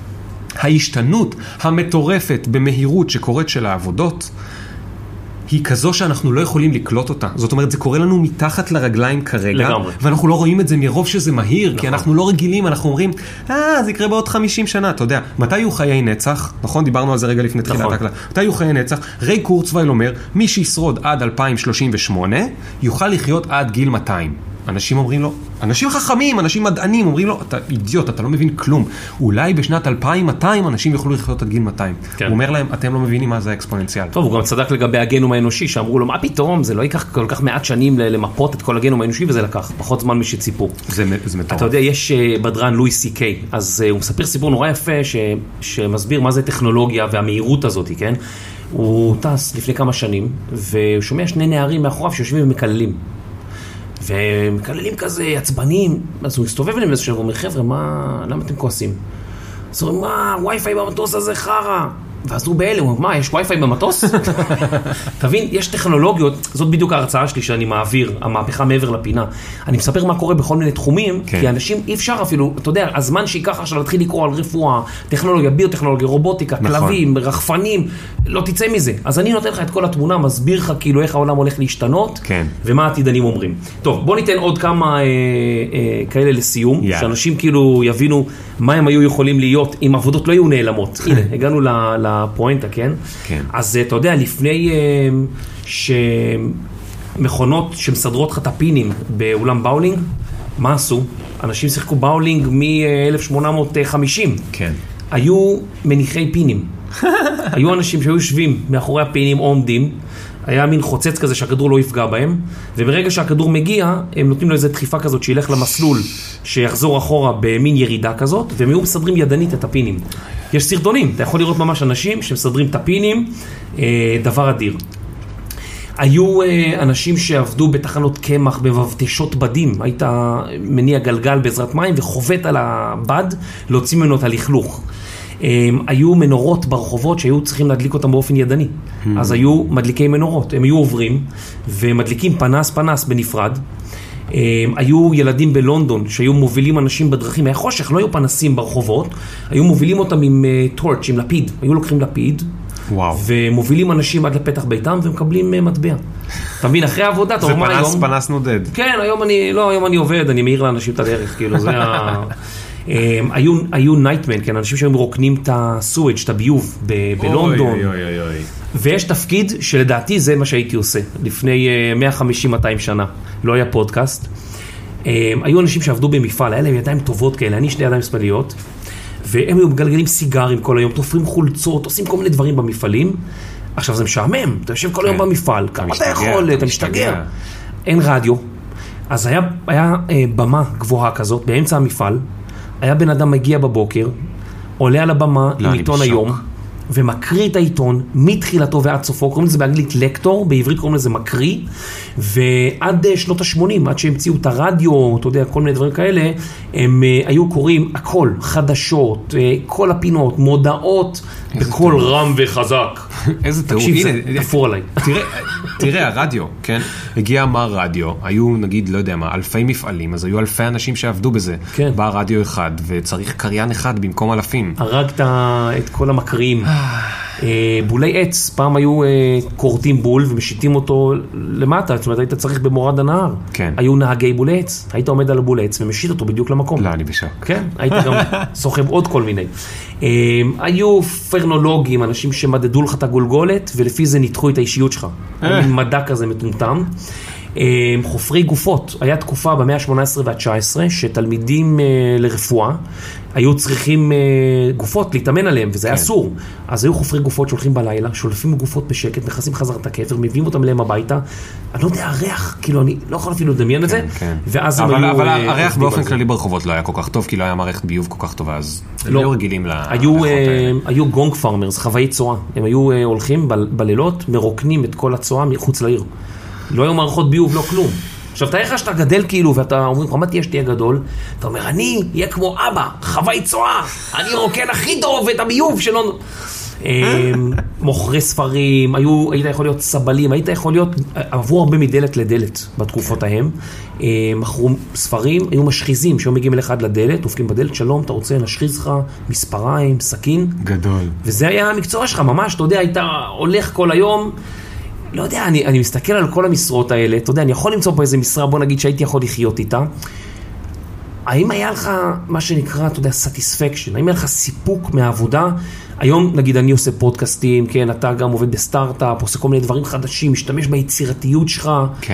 ההשתנות המטורפת במהירות שקורית של העבודות, היא כזו שאנחנו לא יכולים לקלוט אותה. זאת אומרת, זה קורה לנו מתחת לרגליים כרגע, לגמרי. ואנחנו לא רואים את זה מרוב שזה מהיר, נכון. כי אנחנו לא רגילים, אנחנו אומרים, אה, זה יקרה בעוד חמישים שנה, אתה יודע. מתי יהיו חיי נצח? נכון, דיברנו על זה רגע לפני תחילת ההקלטה. מתי יהיו חיי נצח? ריי קורצווייל אומר, מי שישרוד עד אלפיים שלושים ושמונה, יוכל לחיות עד גיל מאתיים. אנשים אומרים לו, אנשים חכמים, אנשים מדענים, אומרים לו, אתה אידיוט, אתה לא מבין כלום. אולי בשנת אלפיים ומאתיים אנשים יוכלו לחיות עד גיל מאתיים. כן. הוא אומר להם, אתם לא מבינים מה זה האקספוננציאל. טוב, הוא גם צדק לגבי הגנום האנושי, שאמרו לו, מה פתאום, זה לא ייקח כל כך מעט שנים למפות את כל הגנום האנושי, וזה לקח פחות זמן משציפו. זה, זה מטורף. אתה יודע, יש בדרן לואי סי קיי, אז הוא מספר סיפור נורא יפה, ש, שמסביר מה זה טכנולוגיה והמהירות הזאת, כן? הוא טס לפני כמה שנים, והוא שומע שני נערים מאחוריו שיושבים ומקללים. ומקללים כזה, עצבנים, אז הוא הסתובב אליהם איזשהו, הוא אומר, חבר'ה, מה, למה אתם כועסים? אז הוא אומר, מה, וי-פיי במטוס הזה חרה. ואז הוא באלה, הוא אומר, מה, יש וי-פיי במטוס? תבין, יש טכנולוגיות, זאת בדיוק ההרצאה שלי שאני מעביר, המהפכה מעבר לפינה. אני מספר מה קורה בכל מיני תחומים, כי אנשים אי אפשר אפילו, אתה יודע, הזמן שיקח עכשיו להתחיל לקרוא על רפואה, טכנולוגיה, ביוטכנולוגיה, רובוטיקה, כלבים, רחפנים, לא תצא מזה. אז אני נותן לך את כל התמונה, מסביר לך כאילו איך העולם הולך להשתנות, ומה העתידנים אומרים. טוב, בוא ניתן עוד כמה אה, אה, כאלה לסיום, yeah. שאנשים כאילו יבינו מה הם היו יכולים להיות, אם עבודות לא היו נעלמות. הנה, הגענו לפואנטה, כן? כן. אז אתה יודע, לפני אה, שמכונות שמסדרות לך את הפינים באולם באולינג, מה עשו? אנשים שיחקו באולינג מ-אלף שמונה מאות וחמישים. כן. היו מניחי פינים. היו אנשים שהיו יושבים מאחורי הפינים או עומדים, היה מין חוצץ כזה שהכדור לא יפגע בהם, וברגע שהכדור מגיע, הם נותנים לו איזו דחיפה כזאת שילך למסלול, שיחזור אחורה במין ירידה כזאת, והם היו מסדרים ידנית את הפינים. יש סרטונים, אתה יכול לראות ממש אנשים שמסדרים את הפינים, דבר אדיר. היו אנשים שעבדו בתחנות קמח, במבטשות בדים, היית מניע גלגל בעזרת מים וחובט על הבד, להוציא ממנו את הלכלוך. היו מנורות ברחובות שהיו צריכים להדליק אותם באופן ידני. אז היו מדליקי מנורות, הם היו עוברים ומדליקים פנס פנס בנפרד. היו ילדים בלונדון שהיו מובילים אנשים בדרכים, היה חושך, לא היו פנסים ברחובות, היו מובילים אותם עם טורץ', עם לפיד, היו לוקחים לפיד, וואו. ומובילים אנשים עד לפתח ביתם ומקבלים מטבע. אתה מבין, אחרי העבודה, אתה אומר היום... זה פנס פנס נודד. כן, היום אני, לא, היום אני עובד, אני מעיר לאנשים את הדרך, כאילו, זה ה... היו, היו נייטמן, כן, אנשים שהיו מרוקנים את הסואג', את הביוב בלונדון. אוי, אוי, אוי, אוי. ויש תפקיד שלדעתי זה מה שהייתי עושה, לפני מאה וחמישים מאתיים שנה. לא היה פודקאסט. היו אנשים שעבדו במפעל, היה להם ידיים טובות כאלה, אני שני ידיים שמאליות, והם היו מגלגלים סיגרים כל היום, תופרים חולצות, עושים כל מיני דברים במפעלים. עכשיו זה משעמם, אתה יושב כל היום במפעל, כמה אתה יכול, אתה משתגע. אין רדיו. אז היה, היה במה גבוהה כזאת, באמצע המפעל, היה בן אדם מגיע בבוקר, עולה על הבמה עם עיתון היום, ומקריא את העיתון מתחילתו ועד סופו, קוראים לזה באנגלית לקטור, בעברית קוראים לזה מקריא, ועד שנות ה-שמונים, עד שהמציאו את הרדיו, אתה יודע, כל מיני דברים כאלה, הם היו קוראים הכל, חדשות, כל הפינות, מודעות, בכל רם וחזק. איזה טעות, הנה, תפור עליי. תראה, הרדיו, כן? הגיע מה רדיו, היו נגיד, לא יודע מה, אלפי מפעלים, אז היו אלפי אנשים שעבדו בזה. בא רדיו אחד, וצריך קריין אחד במקום אלפים. הרגת את כל המקריאים. בולי עץ, פעם היו קורטים בול ומשיתים אותו למטה, זאת אומרת, היית צריך במורד הנהר. כן. היו נהגי בולי עץ, היית עומד על הבולי עץ ומשית אותו בדיוק למקום. לא, אני בשוק. כן, היית גם סוחב עוד כל מיני. היו פרנולוגים, אנשים שמדדו לך את הגולגולת, ולפי זה ניתחו את האישיות שלך. היה מדע כזה מטומטם. חופרי גופות, היה תקופה במאה ה-שמונה עשרה וה-תשע עשרה שתלמידים לרפואה היו צריכים גופות להתאמן עליהם, וזה היה אסור. אז היו חופרי גופות שהולכים בלילה, שולפים גופות בשקט, נכנסים חזר את הקבר, מביאים אותם אליהם הביתה. אני לא יודע, הריח, כאילו אני לא יכול אפילו לדמיין את זה, ואז הם היו... אבל הריח באופן כללי ברחובות לא היה כל כך טוב, כי לא היה מערכת ביוב כל כך טובה, אז הם היו רגילים לריחות האלה. היו גונג פארמרס, חוואי צואה. הם היו הולכים בלילות, מרוקנים את כל הצואה מחוץ לעיר. לא היו מערכות ביוב, לא כלום. עכשיו, תאר לך שאתה גדל כאילו, ואתה אומר, כמה תהיה שתהיה גדול, אתה אומר, אני אהיה כמו אבא, חוואי צואה, אני רוקן הכי טוב את הביוב שלנו. מוכרי ספרים, היו, היית יכול להיות סבלים, היית יכול להיות, עברו הרבה מדלת לדלת בתקופות ההם, מכרו ספרים, היו משחיזים שהיו מגיעים אל אחד לדלת, הופכים בדלת, שלום, אתה רוצה נשחיז לך מספריים, סכין. גדול. וזה היה המקצוע שלך, ממש, אתה יודע, היית הולך כל היום, לא יודע, אני, אני מסתכל על כל המשרות האלה, אתה יודע, אני יכול למצוא פה איזה משרה, בוא נגיד שהייתי יכול לחיות איתה. האם היה לך מה שנקרא, אתה יודע, satisfaction? האם היה לך סיפוק מהעבודה? היום, נגיד, אני עושה פודקאסטים, כן, אתה גם עובד בסטארט-אפ, עושה כל מיני דברים חדשים, משתמש ביצירתיות שלך. כן.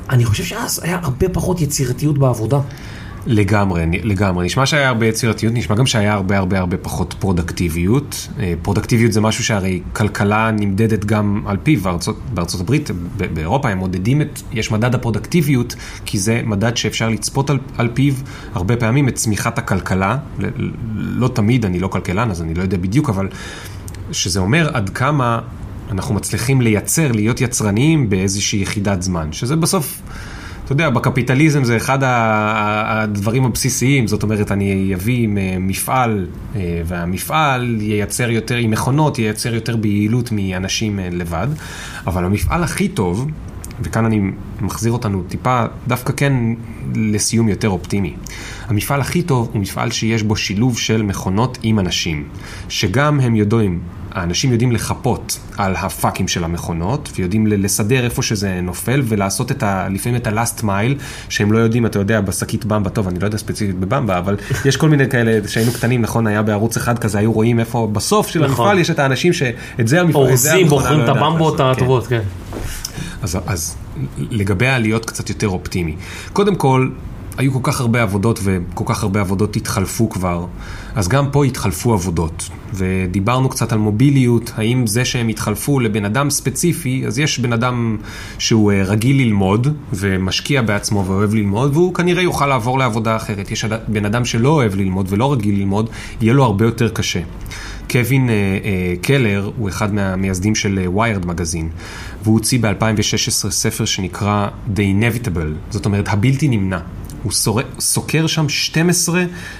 אני חושב שאז היה הרבה פחות יצירתיות בעבודה. לגמרי, לגמרי. נשמע שהיה הרבה יצירתיות, נשמע גם שהיה הרבה הרבה הרבה פחות פרודקטיביות. פרודקטיביות זה משהו שהרי כלכלה נמדדת גם על פיו, בארצות, בארצות הברית, באירופה הם מודדים את, יש מדד הפרודקטיביות, כי זה מדד שאפשר לצפות על, על פיו הרבה פעמים את צמיחת הכלכלה, לא תמיד, אני לא כלכלן, אז אני לא יודע בדיוק, אבל שזה אומר עד כמה אנחנו מצליחים לייצר, להיות יצרניים באיזושהי יחידת זמן, שזה בסוף... אתה יודע, בקפיטליזם זה אחד הדברים הבסיסיים, זאת אומרת, אני אביא מפעל, והמפעל ייצר יותר, עם מכונות, ייצר יותר ביעילות מאנשים לבד, אבל המפעל הכי טוב, וכאן אני מחזיר אותנו טיפה, דווקא כן לסיום יותר אופטימי. המפעל הכי טוב הוא מפעל שיש בו שילוב של מכונות עם אנשים, שגם הם יודעים, האנשים יודעים לחפות על הפאקים של המכונות, ויודעים לסדר איפה שזה נופל, ולעשות את ה, לפעמים את ה-last mile, שהם לא יודעים, אתה יודע, בשקית במבה, טוב, אני לא יודע ספציפית בבמבה, אבל יש כל מיני כאלה שהיינו קטנים, נכון, היה בערוץ אחד כזה, היו רואים איפה בסוף של המפעל, יש את האנשים שאת זה המפעל, אורזים, בוחרים את הבמבות הטובות, כן. אז, אז לגבי העליות קצת יותר אופטימי. קודם כל, היו כל כך הרבה עבודות וכל כך הרבה עבודות התחלפו כבר, אז גם פה התחלפו עבודות. ודיברנו קצת על מוביליות, האם זה שהם התחלפו לבן אדם ספציפי, אז יש בן אדם שהוא רגיל ללמוד ומשקיע בעצמו ואוהב ללמוד, והוא כנראה יוכל לעבור לעבודה אחרת. יש בן אדם שלא אוהב ללמוד ולא רגיל ללמוד, יהיה לו הרבה יותר קשה. קווין קלר הוא אחד מהמייסדים של Wired מגזין, והוא הוציא ב-אלפיים ושש עשרה ספר שנקרא The Inevitable, זאת אומרת הבלתי נמנע. הוא סוקר שם שתים עשרה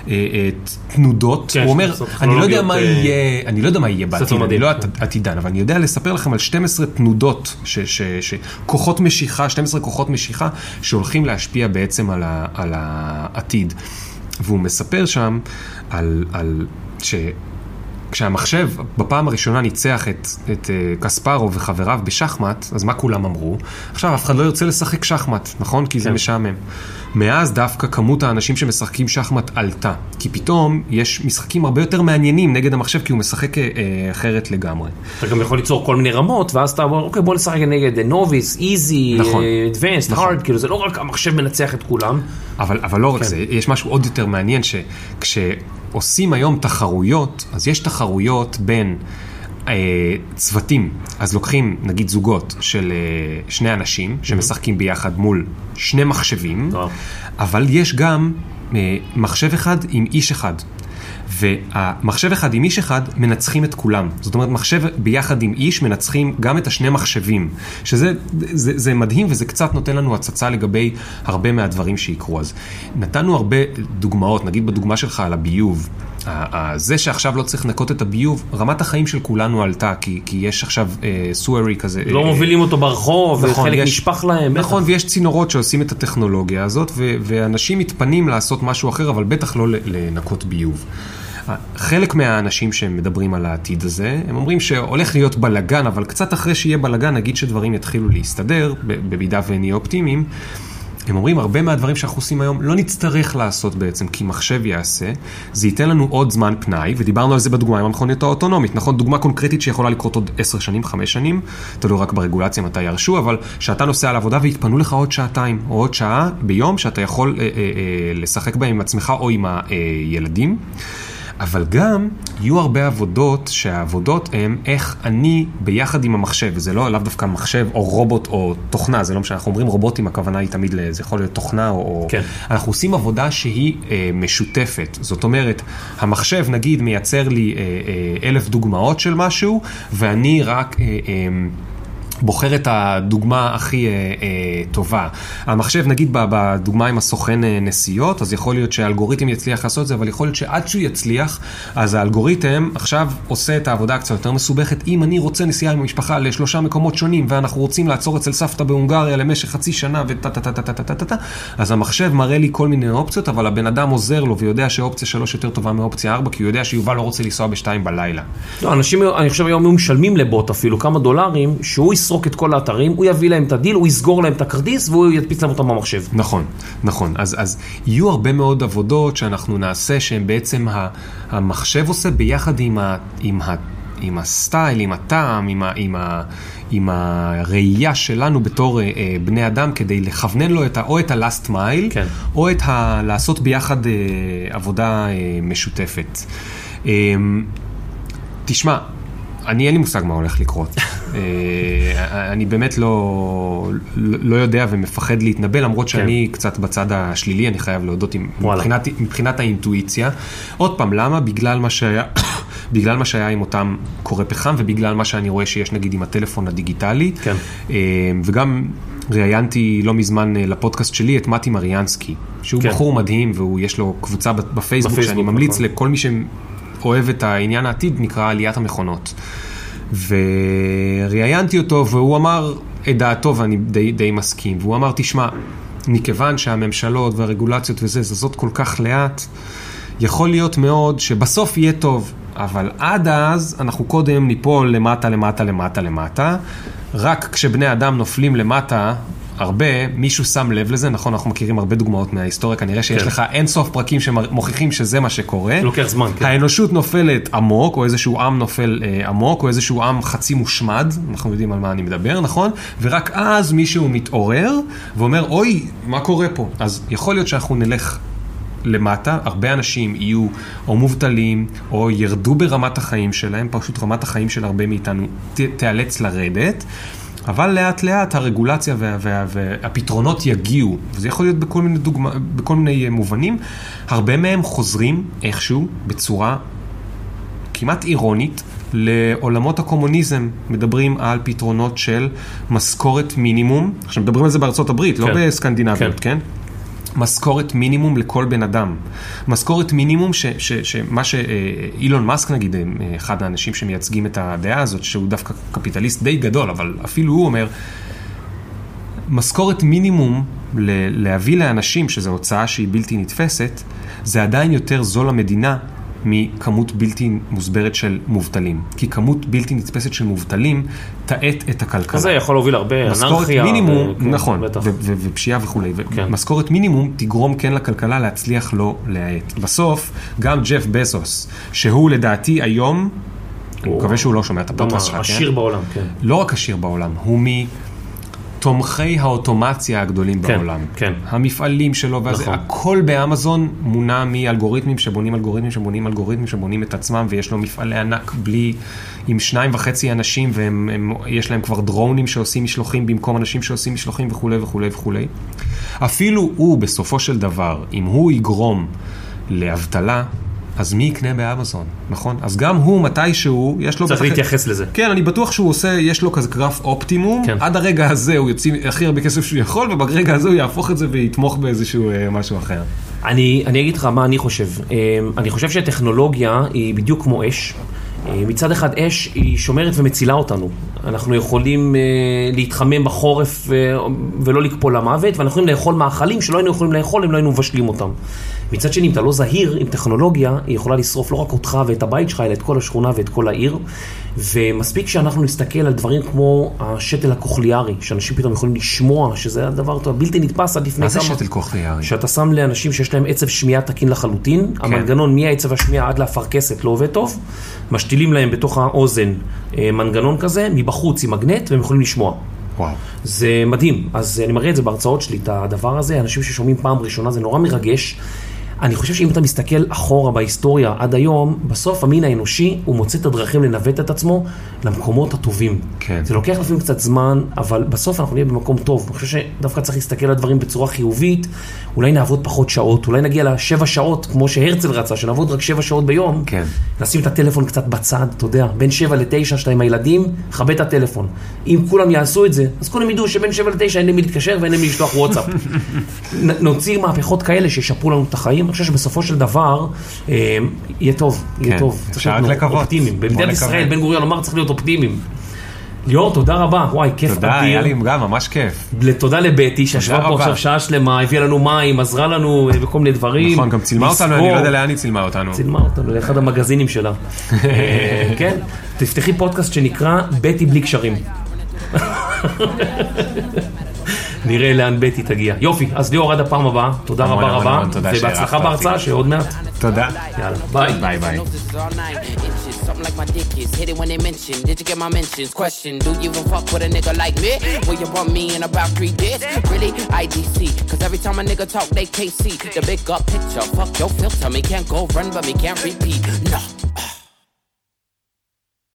תנודות, הוא אומר, אני לא יודע מה יהיה, אני לא יודע מה יהיה בעתיד, אני לא עתידן, אבל אני יודע לספר לכם על שתים עשרה תנודות, כוחות משיכה, שתים עשרה כוחות משיכה, שהולכים להשפיע בעצם על העתיד. והוא מספר שם על ש... כשהמחשב בפעם הראשונה ניצח את, את קספרו וחבריו בשחמט, אז מה כולם אמרו? עכשיו, אף אחד לא ירצה לשחק שחמט, נכון? כי זה משעמם. מאז דווקא כמות האנשים שמשחקים שחמט עלתה, כי פתאום יש משחקים הרבה יותר מעניינים נגד המחשב, כי הוא משחק אה, אחרת לגמרי. אתה גם יכול ליצור כל מיני רמות, ואז אתה אומר, אוקיי, בוא נשחק נגד נוביס, איזי, אדוונסט, הארד, כאילו זה לא רק המחשב מנצח את כולם. אבל, אבל לא רק זה, יש משהו עוד יותר מעניין, שכש... עושים היום תחרויות, אז יש תחרויות בין אה, צוותים, אז לוקחים נגיד זוגות של אה, שני אנשים שמשחקים ביחד מול שני מחשבים, טוב. אבל יש גם אה, מחשב אחד עם איש אחד, והמחשב אחד עם איש אחד מנצחים את כולם. זאת אומרת, מחשב ביחד עם איש מנצחים גם את השני מחשבים, שזה זה, זה מדהים, וזה קצת נותן לנו הצצה לגבי הרבה מהדברים שיקרו. אז נתנו הרבה דוגמאות, נגיד בדוגמה שלך על הביוב, זה שעכשיו לא צריך לנקות את הביוב, רמת החיים של כולנו עלתה, כי, כי יש עכשיו אה, סוארי כזה. לא אה, מובילים אותו ברחוב, נכון, וחלק יש, נשפך להם. נכון, בטח. ויש צינורות שעושים את הטכנולוגיה הזאת, ו, ואנשים מתפנים לעשות משהו אחר, אבל בטח לא לנקות ביוב. חלק מהאנשים שמדברים על העתיד הזה, הם אומרים שהולך להיות בלגן, אבל קצת אחרי שיהיה בלגן, נגיד שדברים יתחילו להסתדר, במידה ונהיה אופטימיים, הם אומרים, הרבה מהדברים שאנחנו עושים היום לא נצטרך לעשות בעצם, כי מחשב יעשה, זה ייתן לנו עוד זמן פנאי, ודיברנו על זה בדוגמה עם המכונית האוטונומית, נכון? דוגמה קונקרטית שיכולה לקרות עוד עשר שנים, חמש שנים, תלוי רק ברגולציה מתי ירשו, אבל שאתה נוסע על עבודה והתפנו לך עוד שעתיים, או עוד שעה ביום, שאתה יכול אה, אה, אה, לשחק בה עם עצמך או עם הילדים. אבל גם יהיו הרבה עבודות שהעבודות הן איך אני ביחד עם המחשב, וזה לא עליו דווקא מחשב או רובוט או תוכנה, זה לא משנה, אנחנו אומרים רובוטים, הכוונה היא תמיד, זה יכול להיות תוכנה או... כן. אנחנו עושים עבודה שהיא אה, משותפת, זאת אומרת, המחשב נגיד מייצר לי אה, אה, אלף דוגמאות של משהו, ואני רק... אה, אה, בוחר את הדוגמה הכי אה, אה, טובה. המחשב, נגיד בדוגמה עם הסוכן אה, נסיעות, אז יכול להיות שהאלגוריתם יצליח לעשות את זה, אבל יכול להיות שעד שהוא יצליח, אז האלגוריתם עכשיו עושה את העבודה קצת יותר מסובכת. אם אני רוצה נסיעה עם המשפחה לשלושה מקומות שונים, ואנחנו רוצים לעצור אצל סבתא בהונגריה למשך חצי שנה, וטטטטטטטטטט, אז המחשב מראה לי כל מיני אופציות, אבל הבן אדם עוזר לו, ויודע שאופציה שלוש יותר טובה מאופציה ארבע, כי הוא יודע שיובל לא רוצה לנסוע בשתיים בלילה. לא, אנשים, אני חושב היום הם משלמים לבוט אפילו כמה דולרים, שהוא יסרוק את כל האתרים, הוא יביא להם את הדיל, הוא יסגור להם את הכרטיס, והוא ידפיס להם אותם במחשב. נכון, נכון. אז, אז יהיו הרבה מאוד עבודות שאנחנו נעשה, שהן בעצם המחשב עושה ביחד עם, ה, עם עם הסטייל, עם הטעם, עם, ה, עם, ה, עם הראייה שלנו בתור אה, בני אדם, כדי לכוונן לו את ה, או את ה-last mile, כן. או את ה, לעשות ביחד אה, עבודה אה, משותפת. אה, תשמע, אני אין לי מושג מה הולך לקרות. אני באמת לא, לא יודע ומפחד להתנבא, למרות שאני קצת בצד השלילי, אני חייב להודות מבחינת, מבחינת האינטואיציה. עוד פעם, למה? בגלל מה שהיה, בגלל מה שהיה עם אותם קורא פחם, ובגלל מה שאני רואה שיש נגיד עם הטלפון הדיגיטלי. כן. וגם ראיינתי לא מזמן לפודקאסט שלי את מתי מריאנסקי, שהוא כן. בחור מדהים, ויש לו קבוצה בפייסבוק, בפייסבוק שאני ממליץ נכון. לכל מי שאוהב את העניין העתיד, נקרא עליית המכונות. וראיינתי אותו, והוא אמר את דעתו, ואני די, די מסכים, והוא אמר, תשמע, מכיוון שהממשלות והרגולציות וזה, זאת כל כך לאט, יכול להיות מאוד שבסוף יהיה טוב, אבל עד אז אנחנו קודם ניפול למטה, למטה, למטה, למטה, רק כשבני אדם נופלים למטה, הרבה, מישהו שם לב לזה, נכון, אנחנו מכירים הרבה דוגמאות מההיסטוריה, כנראה שיש כן. לך אין סוף פרקים שמוכיחים שזה מה שקורה. לוקח זמן, כן. האנושות נופלת עמוק, או איזשהו עם נופל אה, עמוק, או איזשהו עם חצי מושמד, אנחנו יודעים על מה אני מדבר, נכון? ורק אז מישהו מתעורר, ואומר, אוי, מה קורה פה? אז יכול להיות שאנחנו נלך למטה, הרבה אנשים יהיו או מובטלים, או ירדו ברמת החיים שלהם, פשוט רמת החיים של הרבה מאיתנו ת, תיאלץ לרדת, אבל לאט לאט הרגולציה וה, וה, והפתרונות יגיעו, וזה יכול להיות בכל מיני, דוגמה, בכל מיני מובנים, הרבה מהם חוזרים איכשהו בצורה כמעט אירונית לעולמות הקומוניזם, מדברים על פתרונות של משכורת מינימום, עכשיו מדברים על זה בארצות הברית, כן. לא בסקנדינביות, כן? כן? משכורת מינימום לכל בן אדם. משכורת מינימום ש, ש, שמה שאילון מאסק נגיד, אחד האנשים שמייצגים את הדעה הזאת, שהוא דווקא קפיטליסט די גדול, אבל אפילו הוא אומר, משכורת מינימום להביא לאנשים, שזו הוצאה שהיא בלתי נתפסת, זה עדיין יותר זול למדינה מכמות בלתי מוסברת של מובטלים. כי כמות בלתי נתפסת של מובטלים תעט את הכלכלה. זה יכול להוביל הרבה אנרכיה. מינימום, נכון, ופשיעה וכו'. משכורת מינימום תגרום כן לכלכלה להצליח לא להעט. בסוף, גם ג'ף בזוס, שהוא לדעתי היום, אני מקווה שהוא לא שומע את הפודקאסט שלך, עשיר בעולם, כן. לא רק עשיר בעולם, הוא מ... תומכי האוטומציה הגדולים כן, בעולם. כן. המפעלים שלו, ואז נכון. הכל באמזון מונע מאלגוריתמים שבונים אלגוריתמים שבונים אלגוריתמים שבונים את עצמם, ויש לו מפעלי ענק בלי, עם שניים וחצי אנשים, ויש להם כבר דרונים שעושים משלוחים במקום אנשים שעושים משלוחים וכו' וכו' וכו'. אפילו הוא בסופו של דבר, אם הוא יגרום לאבטלה, אז מי יקנה באמזון, נכון? אז גם הוא מתישהו, יש לו... צריך בח... להתייחס לזה. כן, אני בטוח שהוא עושה, יש לו כזה גרף אופטימום, כן. עד הרגע הזה הוא יוציא הכי הרבה כסף שהוא יכול, וברגע הזה הוא יהפוך את זה ויתמוך באיזשהו אה, משהו אחר. אני, אני אגיד לך מה אני חושב. אה, אני חושב שהטכנולוגיה היא בדיוק כמו אש. אה, מצד אחד אש היא שומרת ומצילה אותנו. אנחנו יכולים אה, להתחמם בחורף אה, ולא לקפול למוות, ואנחנו יכולים לאכול מאכלים שלא היינו יכולים לאכול אם לא היינו מבשלים אותם. מצד שני, אם אתה לא זהיר עם טכנולוגיה, היא יכולה לשרוף לא רק אותך ואת הבית שלך, אלא את כל השכונה ואת כל העיר. ומספיק שאנחנו נסתכל על דברים כמו השתל הקוכליארי, שאנשים פתאום יכולים לשמוע, שזה הדבר בלתי נתפס עד לפני כמה. מה זה שתל קוכליארי? שאתה שם לאנשים שיש להם עצב שמיעה תקין לחלוטין, כן. המנגנון מהעצב השמיעה עד לאפרכסת לא עובד טוב, משתילים להם בתוך האוזן מנגנון כזה, מבחוץ עם מגנט, והם יכולים לשמוע. וואו. זה מדהים. אז אני מראה את זה בהרצאות שלי, את הדבר הזה, אנשים ששומעים פעם ראשונה, זה נורא מרגש. אני חושב שאם אתה מסתכל אחורה בהיסטוריה עד היום, בסוף המין האנושי הוא מוצא את הדרכים לנווט את עצמו למקומות הטובים. כן. זה לוקח לפעמים קצת זמן, אבל בסוף אנחנו נהיה במקום טוב. אני חושב שדווקא צריך להסתכל על הדברים בצורה חיובית, אולי נעבוד פחות שעות, אולי נגיע לשבע שעות, כמו שהרצל רצה, שנעבוד רק שבע שעות ביום. כן. נשים את הטלפון קצת בצד, אתה יודע, בין שבע לתשע, שאתה עם הילדים, חבא את הטלפון. אם כולם יעשו את זה, אז כולם ידעו שבין שבע לתשע אין למי להתקשר ואין למי לשלוח וואטסאפ. נוציא מהפכות כאלה שישפרו לנו את החיים. אני חושב שבסופו של דבר אה, יהיה טוב, יהיה טוב. אפשר רק לקוות. אופטימיים. במדינת ישראל, בן גוריון אמר, צריך להיות אופטימיים. ליאור, תודה רבה. וואי, כיף אדיר. תודה, היה לי גם ממש כיף. תודה לבטי, שישבה פה עכשיו שעה שלמה, הביאה לנו מים, עזרה לנו בכל מיני דברים. נכון, גם צילמה אותנו, אני לא יודע לאן היא צילמה אותנו. צילמה אותנו, לאחד המגזינים שלה. כן? תפתחי פודקאסט שנקרא בטי בלי קשרים. נראה לאן בטי תגיע. יופי, אז ליאור עד הפעם הבאה. תודה רבה רבה. ובהצלחה בהרצאה שעוד מעט. תודה. יאללה, ביי. ביי ביי. something like my dick is. Hit it when they mention. Did you get my mentions? Question, do you even fuck with a nigga like me? Will you bump me in about three days? Really? I D C. Cause every time a nigga talk, they K C. The big up picture. Fuck your filter. Me can't go run, but me can't repeat. No.